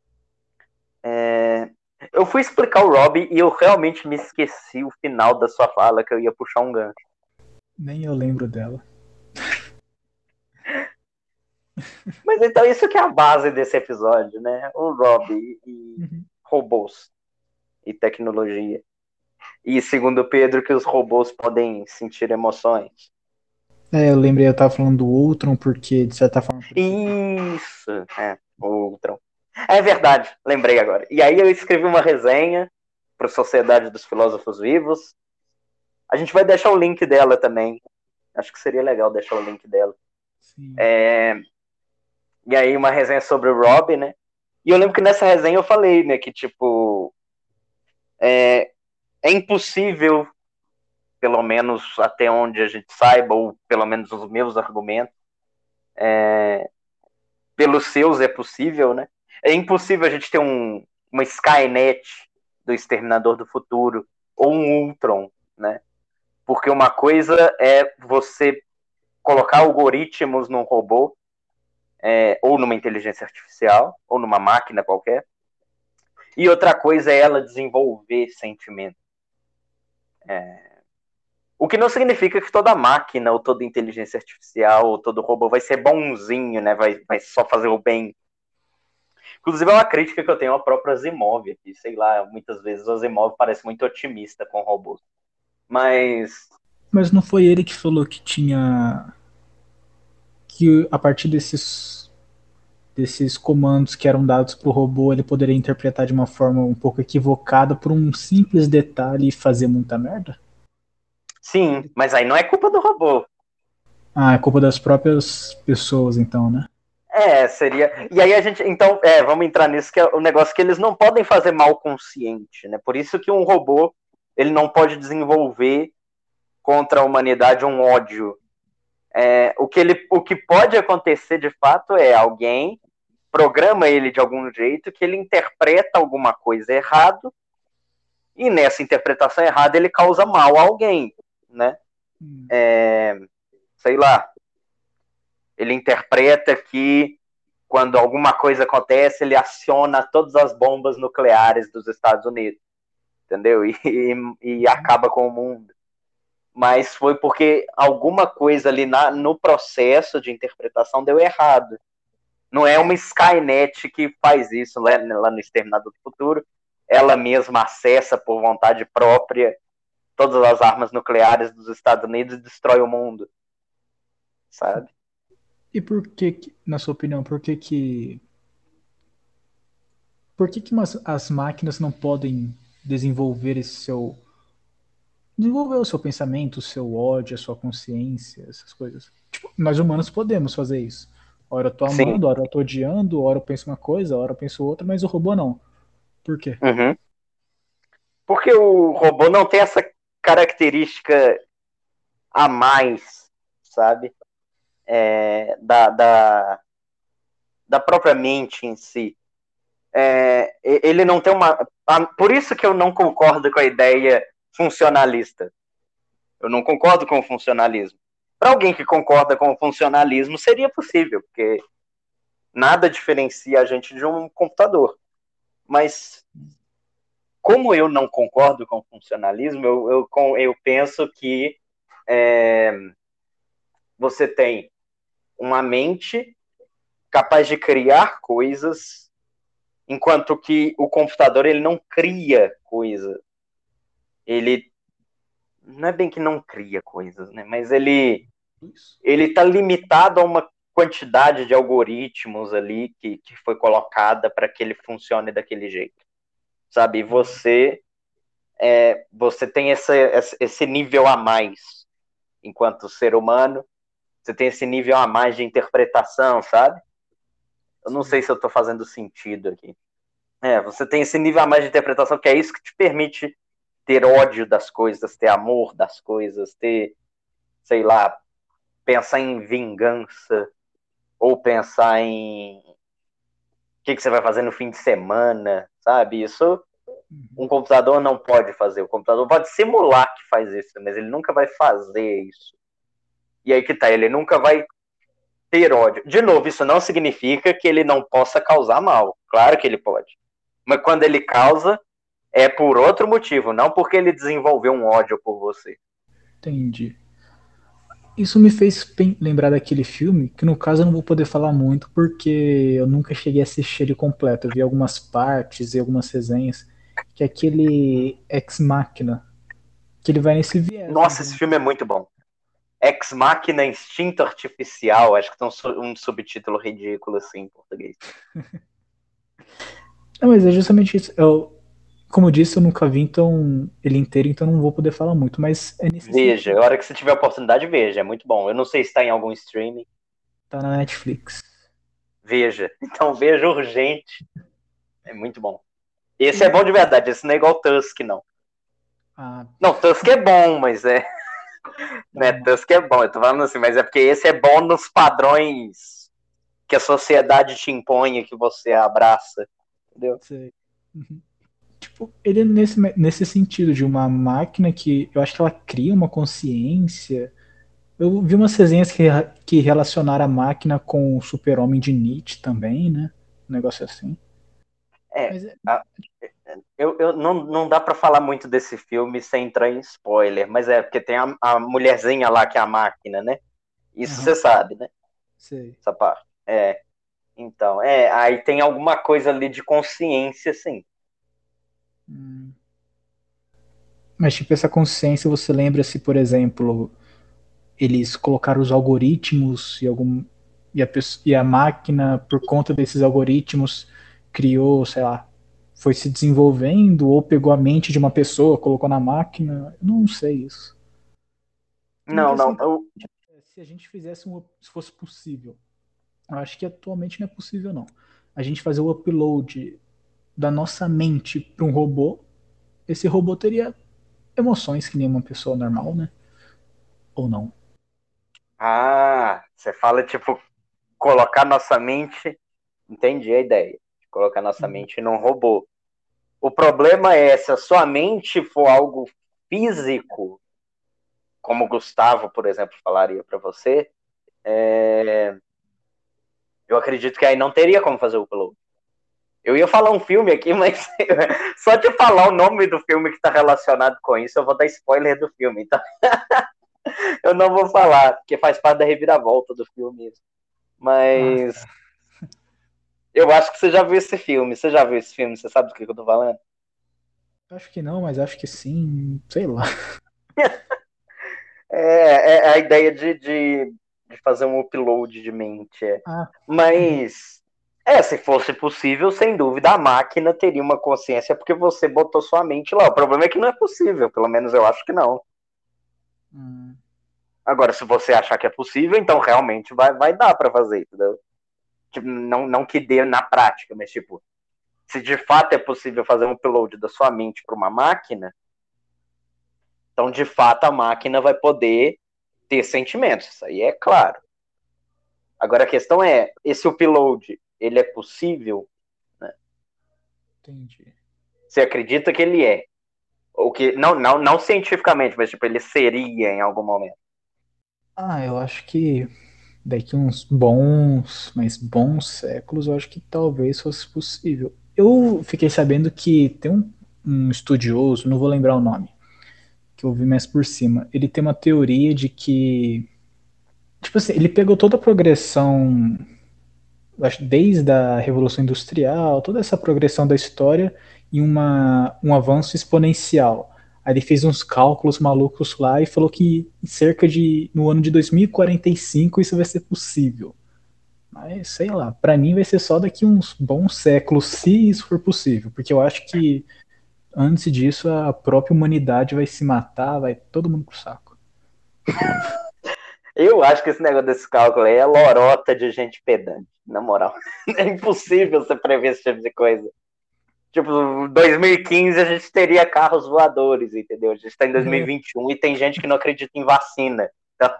Eu fui explicar o Rob e eu realmente me esqueci o final da sua fala, que eu ia puxar um gancho. Nem eu lembro dela. Mas então isso que é a base desse episódio, né? O Rob e robôs e tecnologia. E segundo Pedro, que os robôs podem sentir emoções. Eu lembrei, eu tava falando do Ultron, porque de certa forma. Isso, o Ultron. É verdade, lembrei agora. E aí eu escrevi uma resenha para a Sociedade dos Filósofos Vivos. A gente vai deixar o link dela também. Acho que seria legal deixar o link dela. Sim. E aí uma resenha sobre o Rob, né? E eu lembro que nessa resenha eu falei, né, que tipo é impossível, pelo menos até onde a gente saiba, ou pelo menos os meus argumentos, pelos seus é possível, né? É impossível a gente ter uma Skynet do Exterminador do Futuro ou um Ultron, né? Porque uma coisa é você colocar algoritmos num robô, ou numa inteligência artificial, ou numa máquina qualquer, e outra coisa é ela desenvolver sentimento. O que não significa que toda máquina, ou toda inteligência artificial, ou todo robô vai ser bonzinho, né? Vai só fazer o bem. Inclusive é uma crítica que eu tenho ao próprio Asimov aqui. Sei lá, muitas vezes o Asimov parece muito otimista com robôs. Mas não foi ele que falou que tinha. Que a partir desses comandos que eram dados para o robô, ele poderia interpretar de uma forma um pouco equivocada por um simples detalhe e fazer muita merda? sim, mas aí não é culpa do robô. É culpa das próprias pessoas, então, né? Seria. E aí a gente. Então, vamos entrar nisso, que é o negócio que eles não podem fazer mal consciente, né? Por isso que um robô ele não pode desenvolver contra a humanidade um ódio. O que pode acontecer de fato é alguém programa ele de algum jeito que ele interpreta alguma coisa errado e nessa interpretação errada ele causa mal a alguém, né? Sei lá, ele interpreta que quando alguma coisa acontece ele aciona todas as bombas nucleares dos Estados Unidos, entendeu? E acaba com o mundo. Mas foi porque alguma coisa ali no processo de interpretação deu errado. Não é uma Skynet que faz isso lá no Exterminador do Futuro. Ela mesma acessa por vontade própria todas as armas nucleares dos Estados Unidos e destrói o mundo. Sabe? E por que, na sua opinião, por que as máquinas não podem desenvolver desenvolver o seu pensamento, o seu ódio, a sua consciência, essas coisas? Tipo, nós humanos podemos fazer isso. Hora eu tô amando, hora eu tô odiando, hora eu penso uma coisa, hora eu penso outra, mas o robô não. Por quê? Uhum. Porque o robô não tem essa característica a mais, sabe? Da própria mente em si. Ele não tem uma... Por isso que eu não concordo com a ideia funcionalista. Eu não concordo com o funcionalismo. Para alguém que concorda com o funcionalismo, seria possível, porque nada diferencia a gente de um computador. Mas, como eu não concordo com o funcionalismo, eu penso que você tem uma mente capaz de criar coisas, enquanto que o computador ele não cria coisa. Ele não é bem que não cria coisas, né? Mas ele está limitado a uma quantidade de algoritmos ali que foi colocada para que ele funcione daquele jeito, sabe? E você tem esse nível a mais enquanto ser humano, você tem esse nível a mais de interpretação, sabe? Eu não sei se eu estou fazendo sentido aqui. Você tem esse nível a mais de interpretação, que é isso que te permite ter ódio das coisas, ter amor das coisas, ter, sei lá, pensar em vingança, ou pensar em o que você vai fazer no fim de semana, sabe? Isso um computador não pode fazer. O computador pode simular que faz isso, mas ele nunca vai fazer isso. E aí que tá, ele nunca vai ter ódio. De novo, isso não significa que ele não possa causar mal. Claro que ele pode. Mas quando ele causa, é por outro motivo, não porque ele desenvolveu um ódio por você. Entendi. Isso me fez lembrar daquele filme, que no caso eu não vou poder falar muito, porque eu nunca cheguei a assistir ele completo. Eu vi algumas partes e algumas resenhas, que é aquele Ex Machina, que ele vai nesse viés. Nossa, esse filme é muito bom. Ex Machina, Instinto Artificial, acho que tem um subtítulo ridículo assim em português. Não, mas é justamente isso. Como eu disse, eu nunca vi então ele inteiro, então não vou poder falar muito, mas é nesse Veja, a hora que você tiver a oportunidade, veja, é muito bom. Eu não sei se está em algum streaming. Tá na Netflix. Veja, então veja urgente. É muito bom. Esse é bom de verdade, esse não é igual Tusk, não. Não, Tusk é bom, mas né, Tusk é bom, eu tô falando assim, mas é porque esse é bom nos padrões que a sociedade te impõe, que você abraça, entendeu? Sei. Uhum. Tipo, ele é nesse sentido de uma máquina que eu acho que ela cria uma consciência. Eu vi umas resenhas que relacionaram a máquina com o Super-Homem de Nietzsche também, né? Um negócio assim. Não dá pra falar muito desse filme sem entrar em spoiler, mas porque tem a mulherzinha lá que é a máquina, né? Isso você sabe, né? Sei. Essa parte. Então, aí tem alguma coisa ali de consciência, sim. Mas tipo, essa consciência, você lembra se, por exemplo, eles colocaram os algoritmos e a máquina, por conta desses algoritmos, criou, sei lá, foi se desenvolvendo ou pegou a mente de uma pessoa, colocou na máquina? Eu não sei isso. Não. Se a gente fizesse se fosse possível, eu acho que atualmente não é possível não. A gente fazer o upload da nossa mente para um robô, esse robô teria emoções que nem uma pessoa normal, né? Ou não? Você fala, tipo, colocar nossa mente. Entendi a ideia. De colocar nossa mente num robô. O problema é, se a sua mente for algo físico, como o Gustavo, por exemplo, falaria para você, eu acredito que aí não teria como fazer o upload. Eu ia falar um filme aqui, mas só de falar o nome do filme que está relacionado com isso, eu vou dar spoiler do filme. Então, eu não vou falar, porque faz parte da reviravolta do filme. Mas eu acho que você já viu esse filme. Você já viu esse filme? Você sabe do que eu tô falando? Acho que não, mas acho que sim. Sei lá. É a ideia de fazer um upload de mente. Mas, se fosse possível, sem dúvida, a máquina teria uma consciência porque você botou sua mente lá. O problema é que não é possível, pelo menos eu acho que não. Agora, se você achar que é possível, então realmente vai dar para fazer, entendeu? Tipo, não que dê na prática, mas tipo, se de fato é possível fazer um upload da sua mente para uma máquina, então de fato a máquina vai poder ter sentimentos, isso aí é claro. Agora a questão é, esse upload, ele é possível? Né? Entendi. Você acredita que ele é? Ou que, não cientificamente, mas tipo, ele seria em algum momento? Eu acho que daqui uns bons, mas bons séculos, eu acho que talvez fosse possível. Eu fiquei sabendo que tem um estudioso, não vou lembrar o nome, que eu vi mais por cima. Ele tem uma teoria de que, tipo assim, ele pegou toda a progressão, acho, desde a Revolução Industrial, toda essa progressão da história em um avanço exponencial. Aí ele fez uns cálculos malucos lá e falou que no ano de 2045 isso vai ser possível. Mas sei lá, pra mim vai ser só daqui uns bons séculos, se isso for possível, porque eu acho que antes disso a própria humanidade vai se matar, vai todo mundo pro saco. Eu acho que esse negócio desse cálculo aí é lorota de gente pedante, na moral. É impossível você prever esse tipo de coisa. Tipo, 2015 a gente teria carros voadores, entendeu? A gente tá em 2021 e tem gente que não acredita em vacina. Então,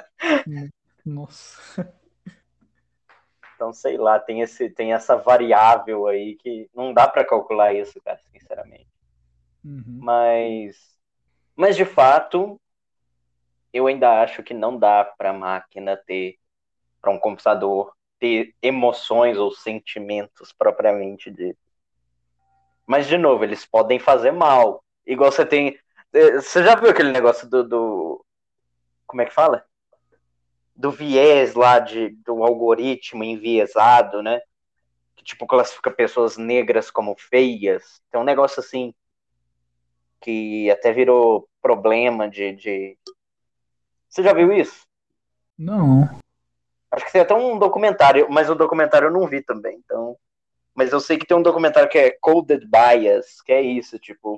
Nossa. então sei lá, tem essa variável aí que não dá pra calcular isso, cara, sinceramente. Uhum. Mas de fato, eu ainda acho que não dá pra máquina pra um computador ter emoções ou sentimentos propriamente dito. Mas, de novo, eles podem fazer mal. Igual você tem. Você já viu aquele negócio do como é que fala? Do viés lá do algoritmo enviesado, né? Que tipo classifica pessoas negras como feias. Tem um negócio assim que até virou problema de... Você já viu isso? Não. Acho que tem até um documentário, mas o documentário eu não vi também, então. Mas eu sei que tem um documentário que é Coded Bias, que é isso, tipo,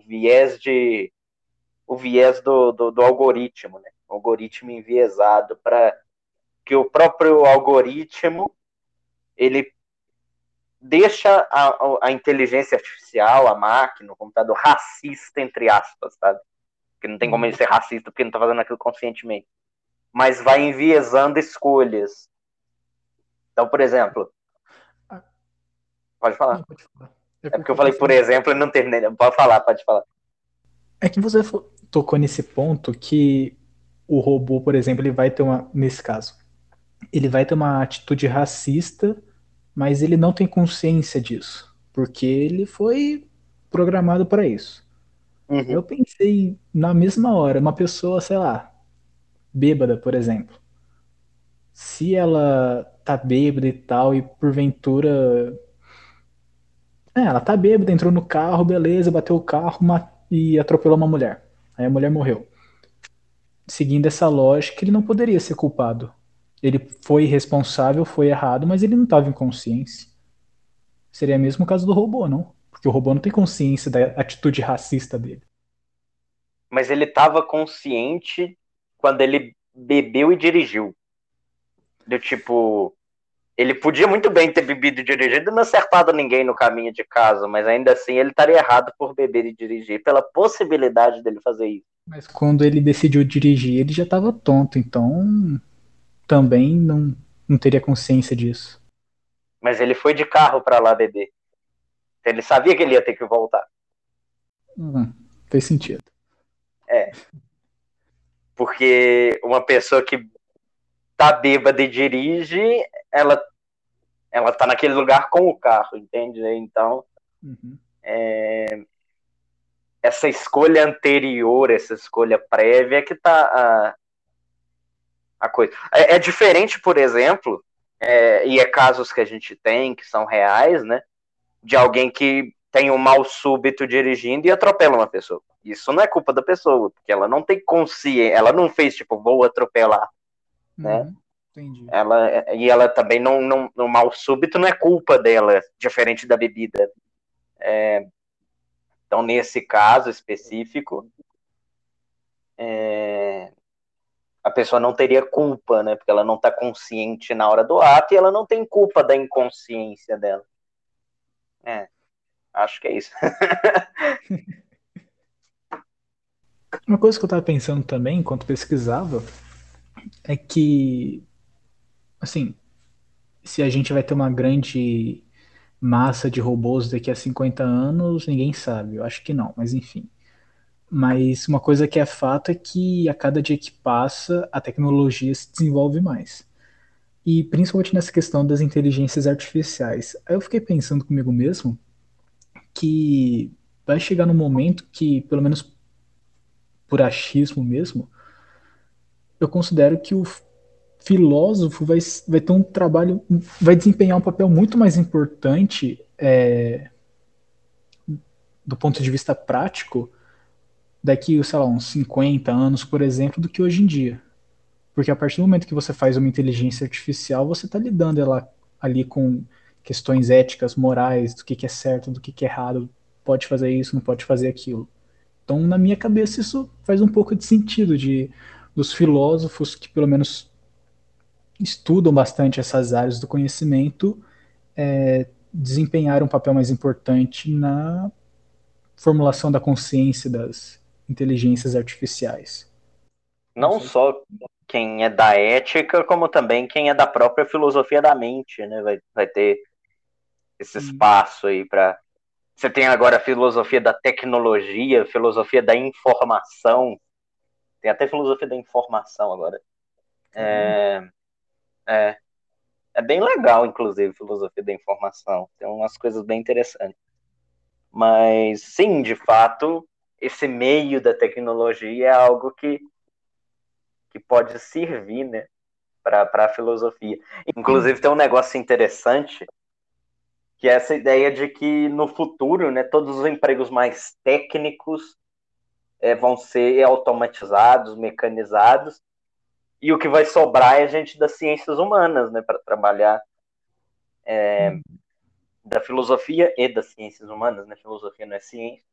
o viés do algoritmo, né? O algoritmo enviesado para que o próprio algoritmo ele deixa a inteligência artificial, a máquina, o computador racista, entre aspas, sabe? Porque não tem como ele ser racista porque não está fazendo aquilo conscientemente. Mas vai enviesando escolhas. Então, por exemplo, pode falar. Não, pode falar. É porque eu falei, por exemplo, e não terminei. Pode falar, pode falar. É que você tocou nesse ponto que o robô, por exemplo, ele vai ter nesse caso, ele vai ter uma atitude racista, mas ele não tem consciência disso, porque ele foi programado para isso. Eu Uhum. pensei na mesma hora, uma pessoa, sei lá, bêbada, por exemplo. Se ela tá bêbada e tal, e porventura. Ela tá bêbada, entrou no carro, beleza, bateu o carro e atropelou uma mulher. Aí a mulher morreu. Seguindo essa lógica, ele não poderia ser culpado. Ele foi responsável, foi errado, mas ele não estava em consciência. Seria mesmo o caso do robô, não? Porque o robô não tem consciência da atitude racista dele. Mas ele estava consciente quando ele bebeu e dirigiu. Do tipo, ele podia muito bem ter bebido e dirigido e não acertado ninguém no caminho de casa, mas ainda assim ele estaria errado por beber e dirigir, pela possibilidade dele fazer isso. Mas quando ele decidiu dirigir, ele já estava tonto, então também não teria consciência disso. Mas ele foi de carro para lá beber. Ele sabia que ele ia ter que voltar. Fez sentido. É. Porque uma pessoa que tá bêbada e dirige, ela tá naquele lugar com o carro, entende? Então, Uhum. essa escolha anterior, essa escolha prévia é que tá a coisa. É diferente, por exemplo, e é casos que a gente tem, que são reais, né? De alguém que tem um mal súbito dirigindo e atropela uma pessoa. Isso não é culpa da pessoa, porque ela não tem consciência, ela não fez, tipo, vou atropelar, né? Entendi. Ela também no mal súbito não é culpa dela, diferente da bebida. Então, nesse caso específico, a pessoa não teria culpa, né? Porque ela não está consciente na hora do ato e ela não tem culpa da inconsciência dela. Acho que é isso. Uma coisa que eu estava pensando também, enquanto pesquisava, é que, assim, se a gente vai ter uma grande massa de robôs daqui a 50 anos, ninguém sabe. Eu acho que não, mas enfim. Mas uma coisa que é fato é que a cada dia que passa, a tecnologia se desenvolve mais. E principalmente nessa questão das inteligências artificiais. Aí eu fiquei pensando comigo mesmo que vai chegar num momento que, pelo menos por achismo mesmo, eu considero que o filósofo vai ter um trabalho, vai desempenhar um papel muito mais importante do ponto de vista prático daqui, sei lá, uns 50 anos, por exemplo, do que hoje em dia. Porque a partir do momento que você faz uma inteligência artificial, você está lidando ela ali com questões éticas, morais, do que é certo, do que é errado, pode fazer isso, não pode fazer aquilo. Então, na minha cabeça, isso faz um pouco de sentido dos filósofos que pelo menos estudam bastante essas áreas do conhecimento desempenhar um papel mais importante na formulação da consciência das inteligências artificiais. Não Não sei. só quem é da ética, como também quem é da própria filosofia da mente, né? Vai ter esse espaço aí para. Você tem agora a filosofia da tecnologia, filosofia da informação. Tem até filosofia da informação agora. É, é bem legal, inclusive, filosofia da informação. Tem umas coisas bem interessantes. Mas, sim, de fato, esse meio da tecnologia é algo que pode servir, né, para a filosofia. Inclusive, tem um negócio interessante, que é essa ideia de que no futuro, né, todos os empregos mais técnicos vão ser automatizados, mecanizados, e o que vai sobrar é a gente das ciências humanas, né, para trabalhar da filosofia e das ciências humanas, né, filosofia não é ciência,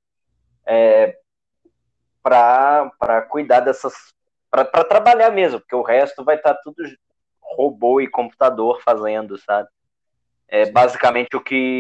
para cuidar dessas, para trabalhar mesmo, porque o resto vai estar tudo robô e computador fazendo, sabe? Basicamente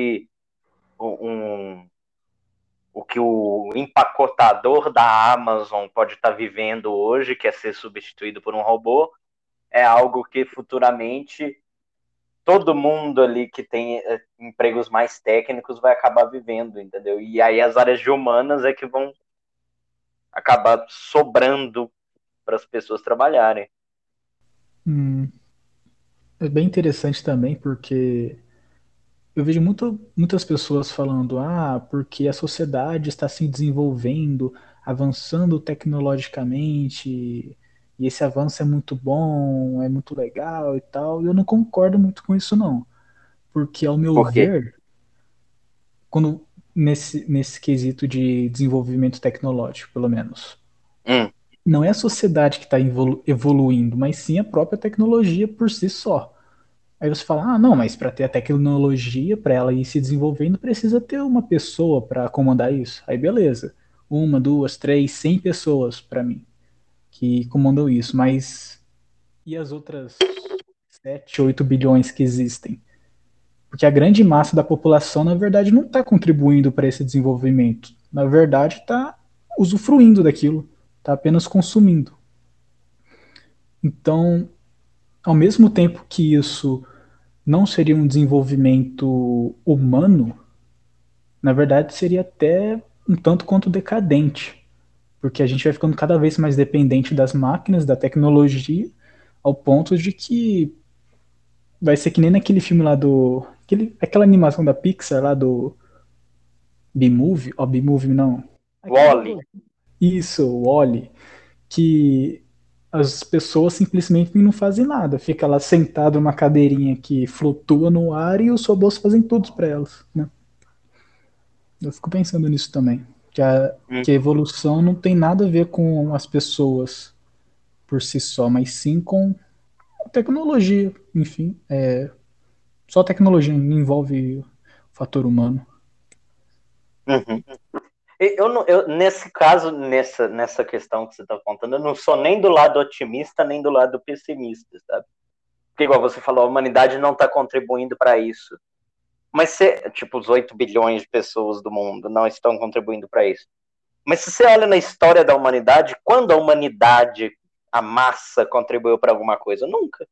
o que o empacotador da Amazon pode estar vivendo hoje, que é ser substituído por um robô, é algo que futuramente todo mundo ali que tem empregos mais técnicos vai acabar vivendo, entendeu? E aí as áreas de humanas é que vão acabar sobrando para as pessoas trabalharem. É bem interessante também porque eu vejo muitas pessoas falando, porque a sociedade está se desenvolvendo, avançando tecnologicamente, e esse avanço é muito bom, é muito legal e tal. E eu não concordo muito com isso, não. Porque, ao meu Por quê? ver, quando nesse quesito de desenvolvimento tecnológico, pelo menos, não é a sociedade que está evoluindo, mas sim a própria tecnologia por si só. Aí você fala, não, mas para ter a tecnologia, para ela ir se desenvolvendo, precisa ter uma pessoa para comandar isso. Aí beleza. Uma, duas, três, 100 pessoas para mim que comandam isso. Mas e as outras 7, 8 bilhões que existem? Porque a grande massa da população, na verdade, não está contribuindo para esse desenvolvimento. Na verdade, está usufruindo daquilo, está apenas consumindo. Então, ao mesmo tempo que isso não seria um desenvolvimento humano, na verdade seria até um tanto quanto decadente, porque a gente vai ficando cada vez mais dependente das máquinas, da tecnologia, ao ponto de que vai ser que nem naquele filme lá aquela animação da Pixar lá do B-Movie, B-Movie não. Wall-E. Isso, o Wall-E, que as pessoas simplesmente não fazem nada, fica lá sentado numa cadeirinha que flutua no ar e os robôs fazem tudo para elas, né? Eu fico pensando nisso também. Que a evolução não tem nada a ver com as pessoas por si só, mas sim com a tecnologia. Enfim, só a tecnologia não envolve o fator humano. Uhum. Nesse caso, nessa questão que você está contando, eu não sou nem do lado otimista, nem do lado pessimista, sabe? Porque, igual você falou, a humanidade não está contribuindo para isso. Mas, tipo, os 8 bilhões de pessoas do mundo não estão contribuindo para isso. Mas se você olha na história da humanidade, quando a humanidade, a massa, contribuiu para alguma coisa? Nunca.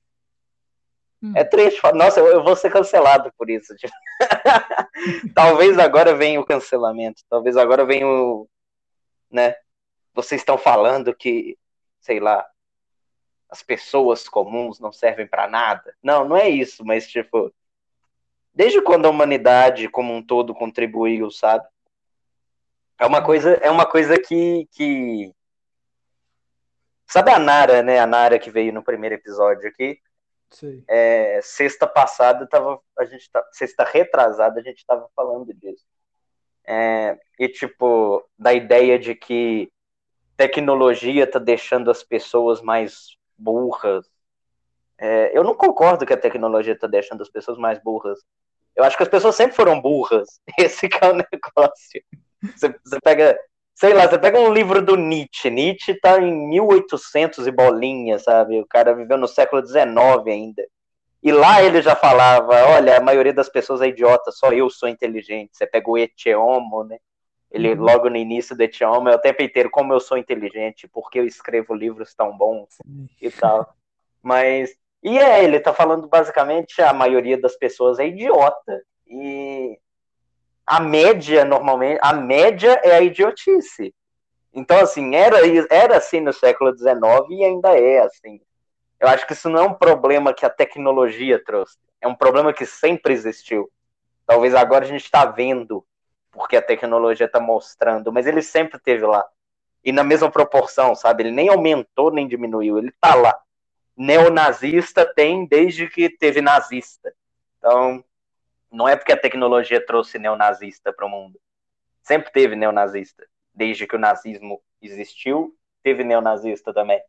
É triste. Nossa, eu vou ser cancelado por isso. Tipo. Talvez agora venha o cancelamento. Talvez agora venha o... Né? Vocês estão falando que, sei lá, as pessoas comuns não servem para nada. Não, não é isso, mas tipo, desde quando a humanidade como um todo contribuiu, sabe? É uma coisa que... Sabe a Nara, né? A Nara que veio no primeiro episódio aqui. Sei. Sexta passada, sexta retrasada, a gente tava falando disso. E, tipo, da ideia de que tecnologia tá deixando as pessoas mais burras. Eu não concordo que a tecnologia tá deixando as pessoas mais burras. Eu acho que as pessoas sempre foram burras. Esse que é o negócio. Você pega, sei lá, você pega um livro do Nietzsche. Nietzsche tá em 1800 e bolinha, sabe? O cara viveu no século XIX ainda. E lá ele já falava, olha, a maioria das pessoas é idiota, só eu sou inteligente. Você pega o Ecce Homo, né? Ele, logo no início do Ecce Homo, é o tempo inteiro, como eu sou inteligente, porque eu escrevo livros tão bons e tal. Mas, ele tá falando basicamente, a maioria das pessoas é idiota. E a média, normalmente, a média é a idiotice. Então, assim, era assim no século XIX e ainda é assim. Eu acho que isso não é um problema que a tecnologia trouxe. É um problema que sempre existiu. Talvez agora a gente está vendo porque a tecnologia está mostrando, mas ele sempre esteve lá. E na mesma proporção, sabe? Ele nem aumentou nem diminuiu, ele está lá. Neonazista tem desde que teve nazista. Então, não é porque a tecnologia trouxe neonazista para o mundo. Sempre teve neonazista. Desde que o nazismo existiu, teve neonazista também.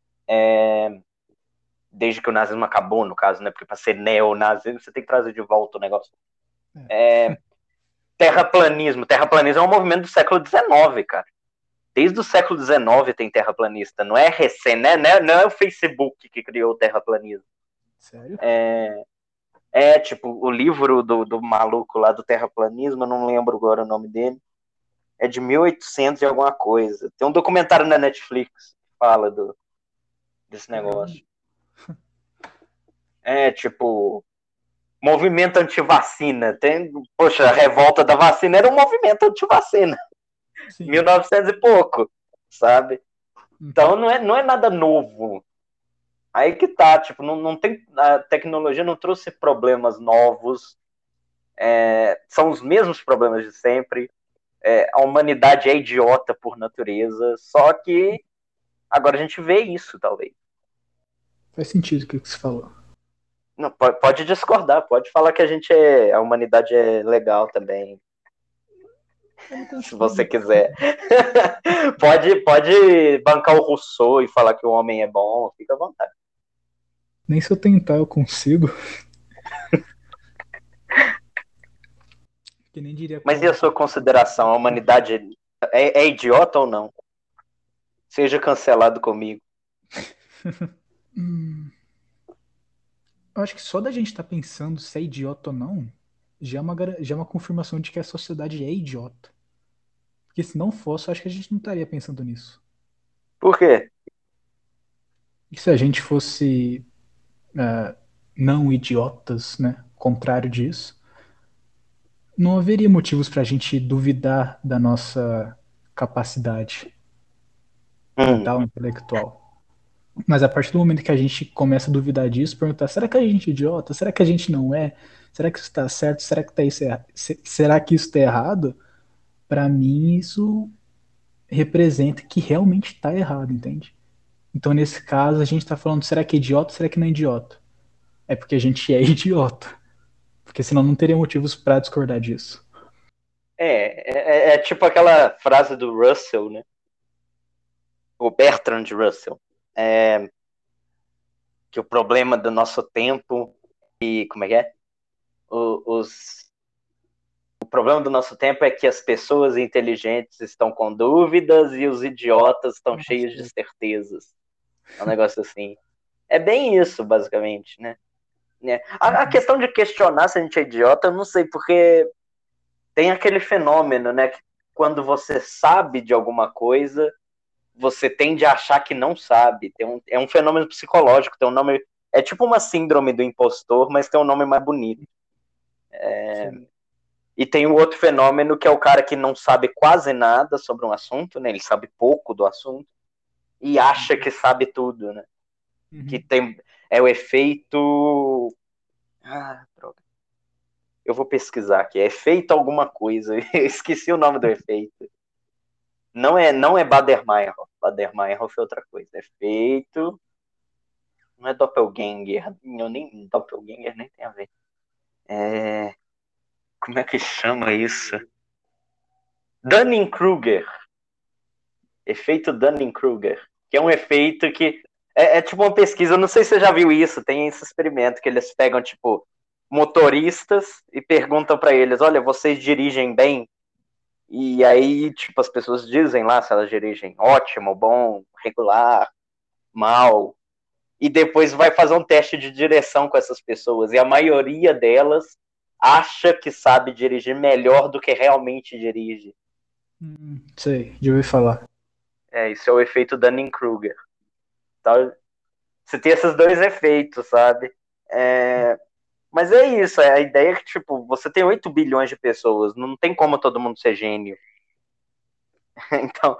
Desde que o nazismo acabou, no caso, né? Porque para ser neonazismo, você tem que trazer de volta o negócio. Terraplanismo. Terraplanismo é um movimento do século XIX, cara. Desde o século XIX tem terraplanista. Não é recém, né? Não é o Facebook que criou o terraplanismo. Sério? Tipo, o livro do maluco lá do terraplanismo, eu não lembro agora o nome dele, é de 1800 e alguma coisa. Tem um documentário na Netflix que fala desse negócio. Tipo, movimento antivacina. Poxa, a revolta da vacina era um movimento antivacina. Sim. 1900 e pouco, sabe? Então não é nada novo. Aí que tá, tipo, não tem, a tecnologia não trouxe problemas novos, são os mesmos problemas de sempre. A humanidade é idiota por natureza, só que agora a gente vê isso, talvez. Faz sentido o que você falou. Não, pode discordar, pode falar que a humanidade é legal também. Se você quiser. pode bancar o Rousseau e falar que o homem é bom, fica à vontade. Nem se eu tentar eu consigo. Que nem diria. Mas e a sua consideração? A humanidade é idiota ou não? Seja cancelado comigo. Eu acho que só da gente estar pensando se é idiota ou não, já é uma confirmação de que a sociedade é idiota. Porque se não fosse, eu acho que a gente não estaria pensando nisso. Por quê? E se a gente fosse não idiotas, né? Contrário disso, não haveria motivos para a gente duvidar da nossa capacidade mental, intelectual. Mas a partir do momento que a gente começa a duvidar disso, perguntar, será que a gente é idiota? Será que a gente não é? Será que isso está certo? Será que será que isso está errado? Para mim, isso representa que realmente está errado, entende? Então, nesse caso, a gente está falando, será que é idiota? Será que não é idiota? É porque a gente é idiota. Porque senão não teria motivos para discordar disso. É tipo aquela frase do Russell, né? O Bertrand Russell. Que o problema do nosso tempo e como é que é? O problema do nosso tempo é que as pessoas inteligentes estão com dúvidas e os idiotas estão cheios de certezas. É um negócio assim. É bem isso, basicamente, né? A questão de questionar se a gente é idiota, eu não sei, porque tem aquele fenômeno, né? Que quando você sabe de alguma coisa, você tende a achar que não sabe. É um fenômeno psicológico, tem um nome. É tipo uma síndrome do impostor, mas tem um nome mais bonito. E tem o outro fenômeno que é o cara que não sabe quase nada sobre um assunto, né? Ele sabe pouco do assunto e acha que sabe tudo, né? que tem o efeito... droga. Eu vou pesquisar aqui. É efeito alguma coisa. Eu esqueci o nome do efeito. Não é Bader-Meinhof. Bader-Meinhof é outra coisa. Efeito... Não é Doppelganger. Doppelganger nem tem a ver. Como é que chama isso? Dunning-Kruger. Efeito Dunning-Kruger. Que é um efeito que... É tipo uma pesquisa, eu não sei se você já viu isso, tem esse experimento que eles pegam, tipo, motoristas e perguntam para eles, olha, vocês dirigem bem? E aí, tipo, as pessoas dizem lá se elas dirigem ótimo, bom, regular, mal. E depois vai fazer um teste de direção com essas pessoas. E a maioria delas acha que sabe dirigir melhor do que realmente dirige. Sei, já ouvi falar. Isso é o efeito Dunning-Kruger. Então, você tem esses dois efeitos, sabe? Mas é isso, a ideia é que, tipo, você tem 8 bilhões de pessoas, não tem como todo mundo ser gênio. Então,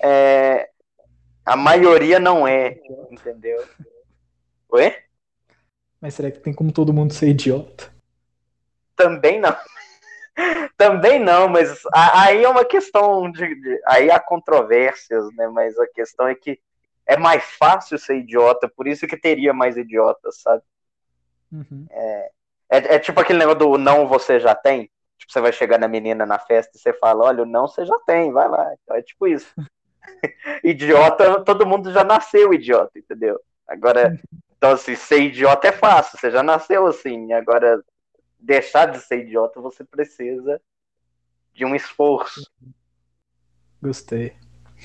a maioria não é, entendeu? Oi? Mas será que tem como todo mundo ser idiota? Também não. Também não, mas aí é uma questão aí há controvérsias, né? Mas a questão é que é mais fácil ser idiota, por isso que teria mais idiotas, sabe? É tipo aquele negócio do não você já tem. Tipo, você vai chegar na menina na festa e você fala, olha, o não você já tem, vai lá. Então é tipo isso. Idiota, todo mundo já nasceu idiota, entendeu? Agora, então assim, ser idiota é fácil, você já nasceu assim. Agora, deixar de ser idiota, você precisa de um esforço. Gostei.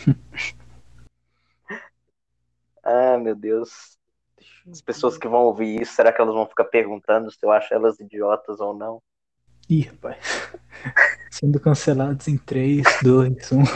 Meu Deus. As pessoas que vão ouvir isso, será que elas vão ficar perguntando se eu acho elas idiotas ou não? Ih, rapaz. Sendo cancelados em 3, 2, 1.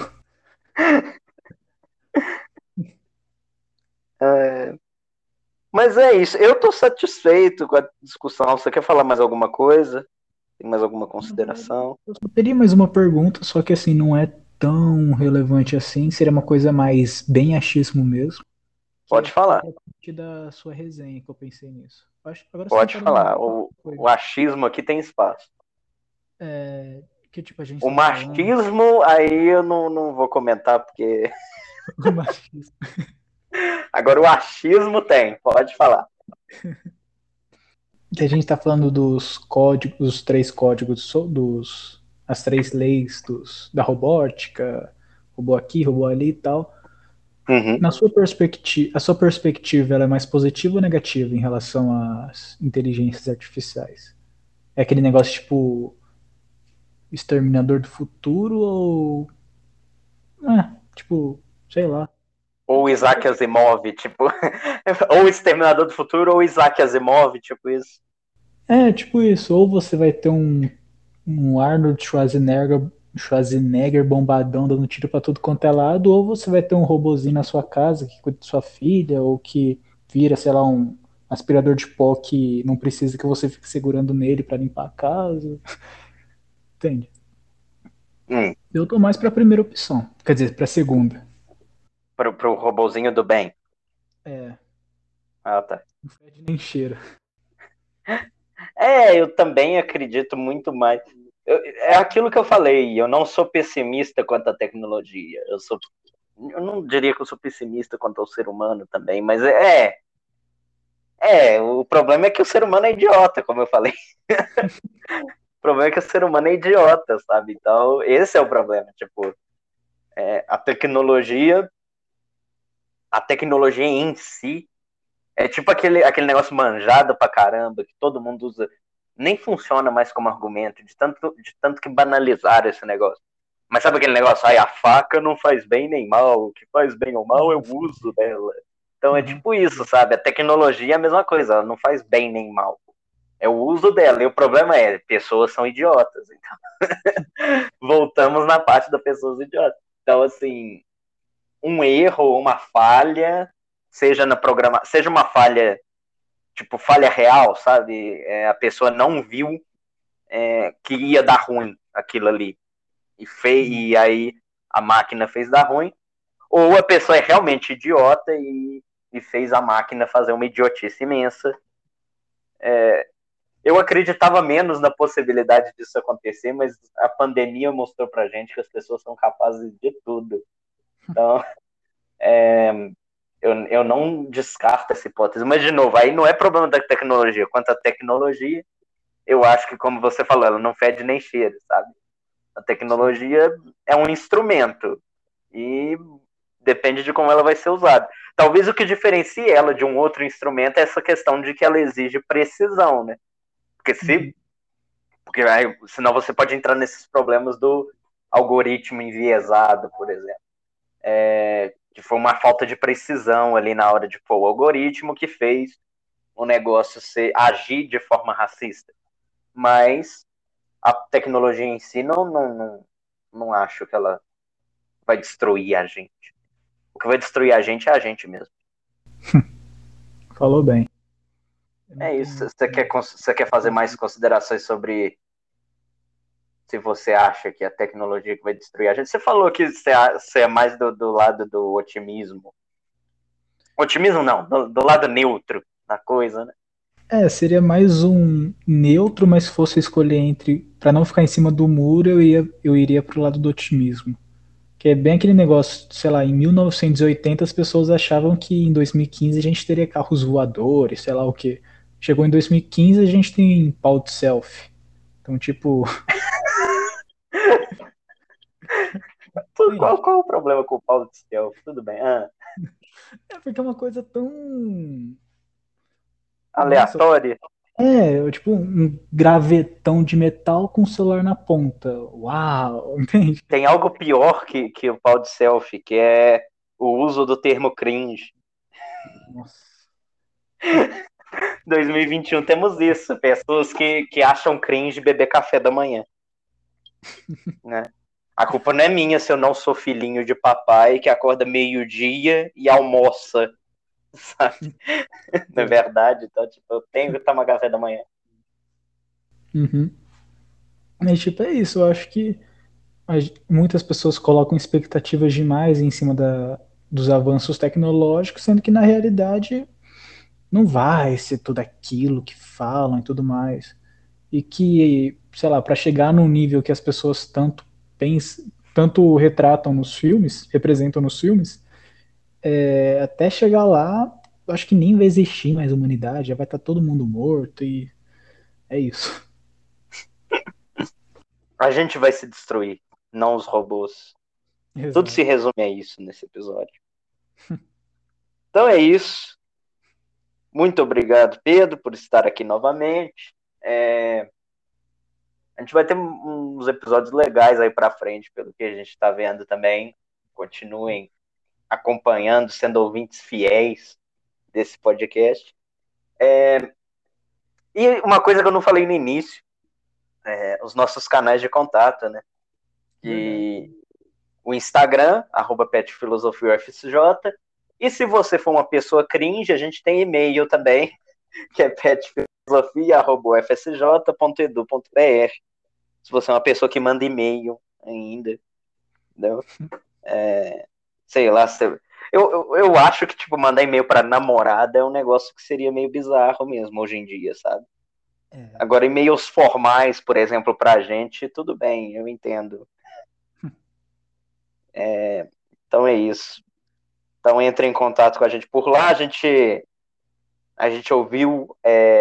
Mas é isso. Eu tô satisfeito com a discussão. Você quer falar mais alguma coisa? Tem mais alguma consideração? Eu só teria mais uma pergunta, só que assim, não é tão relevante assim. Seria uma coisa mais bem achismo mesmo. Pode falar. A partir da sua resenha que eu pensei nisso. Agora você Pode não falar. O achismo aqui tem espaço. Que tipo a gente O tá falando. machismo, aí eu não vou comentar, porque. O machismo. Agora o achismo tem, pode falar. Que a gente tá falando dos códigos, dos 3 códigos, as 3 leis da robótica, robô aqui, robô ali e tal. Uhum. Na sua perspectiva, a sua perspectiva ela é mais positiva ou negativa em relação às inteligências artificiais? É aquele negócio tipo Exterminador do Futuro ou tipo, sei lá. Ou Isaac Asimov, tipo. Ou Exterminador do Futuro, ou Isaac Asimov, tipo isso. Tipo isso. Ou você vai ter um Arnold Schwarzenegger bombadão dando tiro pra tudo quanto é lado, ou você vai ter um robozinho na sua casa que cuida de sua filha, ou que vira, sei lá, um aspirador de pó que não precisa que você fique segurando nele pra limpar a casa. Entende? Eu tô mais pra primeira opção. Quer dizer, pra segunda. Pro robozinho do bem. Tá. Não fede nem cheira. Eu também acredito muito mais. É aquilo que eu falei, eu não sou pessimista quanto à tecnologia. Eu não diria que eu sou pessimista quanto ao ser humano também, mas o problema é que o ser humano é idiota, como eu falei. O problema é que o ser humano é idiota, sabe? Então, esse é o problema. Tipo, a tecnologia em si é tipo aquele negócio manjado pra caramba, que todo mundo usa, nem funciona mais como argumento, de tanto que banalizaram esse negócio. Mas sabe aquele negócio, a faca não faz bem nem mal, o que faz bem ou mal é o uso dela. Então é tipo isso, sabe? A tecnologia é a mesma coisa, ela não faz bem nem mal. É o uso dela. E o problema é, pessoas são idiotas. Então, voltamos na parte das pessoas idiotas. Então, assim, um erro, uma falha, seja uma falha, tipo, falha real, sabe? A pessoa não viu que ia dar ruim aquilo ali. E aí a máquina fez dar ruim. Ou a pessoa é realmente idiota e e fez a máquina fazer uma idiotice imensa. Eu acreditava menos na possibilidade disso acontecer, mas a pandemia mostrou pra gente que as pessoas são capazes de tudo. Então, eu não descarto essa hipótese. Mas, de novo, aí não é problema da tecnologia. Quanto à tecnologia, eu acho que, como você falou, ela não fede nem cheira, sabe? A tecnologia é um instrumento e depende de como ela vai ser usada. Talvez o que diferencie ela de um outro instrumento é essa questão de que ela exige precisão, né? Porque senão você pode entrar nesses problemas do algoritmo enviesado, por exemplo. Que foi uma falta de precisão ali na hora de pôr o algoritmo que fez o negócio agir de forma racista. Mas a tecnologia em si não acho que ela vai destruir a gente. O que vai destruir a gente é a gente mesmo. Falou bem. É isso. Você quer fazer mais considerações sobre se você acha que a tecnologia que vai destruir a gente? Você falou que você é mais do lado do otimismo. Otimismo não, do lado neutro da coisa, né? Seria mais um neutro, mas se fosse escolher entre, para não ficar em cima do muro, eu iria pro lado do otimismo. Que é bem aquele negócio, sei lá, em 1980 as pessoas achavam que em 2015 a gente teria carros voadores, sei lá o que. Chegou em 2015 a gente tem pau de selfie. Então, tipo. Qual o problema com o Paulo de Stealth? Tudo bem. Porque é uma coisa tão. Aleatória. Tipo um gravetão de metal com o celular na ponta. Uau, entende? Tem algo pior que o pau de selfie, que é o uso do termo cringe. Nossa. 2021 temos isso. Pessoas que acham cringe beber café da manhã. Né? A culpa não é minha se eu não sou filhinho de papai que acorda meio-dia e almoça. Sabe? Não é verdade? Então, tipo, eu tenho que tomar café da manhã. Uhum. Mas, tipo, é isso. Eu acho que muitas pessoas colocam expectativas demais em cima dos avanços tecnológicos, sendo que na realidade não vai ser tudo aquilo que falam e tudo mais. E que, sei lá, para chegar num nível que as pessoas tanto retratam nos filmes, representam nos filmes, até chegar lá, eu acho que nem vai existir mais humanidade, já vai estar todo mundo morto e é isso. A gente vai se destruir, não os robôs. Exato. Tudo se resume a isso nesse episódio. Então é isso. Muito obrigado, Pedro, por estar aqui novamente. A gente vai ter uns episódios legais aí pra frente, pelo que a gente tá vendo também. Continuem acompanhando, sendo ouvintes fiéis desse podcast. E uma coisa que eu não falei no início, os nossos canais de contato, né? E o Instagram, @petfilosofiaufsj. E se você for uma pessoa cringe, a gente tem e-mail também, que é petfilosofia@ufsj.edu.br. Se você é uma pessoa que manda e-mail ainda, entendeu? Sei lá, eu acho que tipo mandar e-mail para namorada é um negócio que seria meio bizarro mesmo hoje em dia, sabe? Agora, e-mails formais, por exemplo, pra gente, tudo bem, eu entendo. Então é isso. Então entre em contato com a gente por lá. A gente ouviu.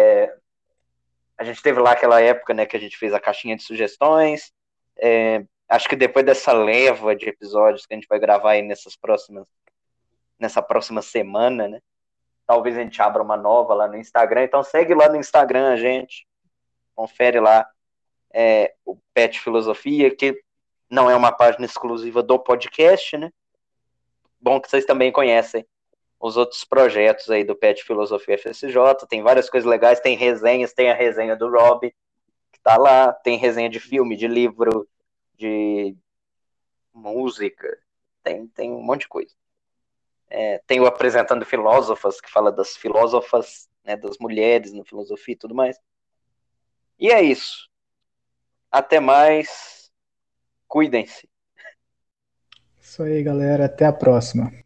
A gente teve lá aquela época, né, que a gente fez a caixinha de sugestões. Acho que depois dessa leva de episódios que a gente vai gravar aí nessa próxima semana, né? Talvez a gente abra uma nova lá no Instagram. Então segue lá no Instagram a gente. Confere lá o Pet Filosofia, que não é uma página exclusiva do podcast, né? Bom que vocês também conhecem os outros projetos aí do Pet Filosofia FSJ. Tem várias coisas legais, tem resenhas, tem a resenha do Rob, que tá lá, tem resenha de filme, de livro, de música, tem um monte de coisa. Tem o Apresentando Filósofas, que fala das filósofas, né, das mulheres na filosofia e tudo mais. E é isso. Até mais. Cuidem-se. Isso aí, galera. Até a próxima.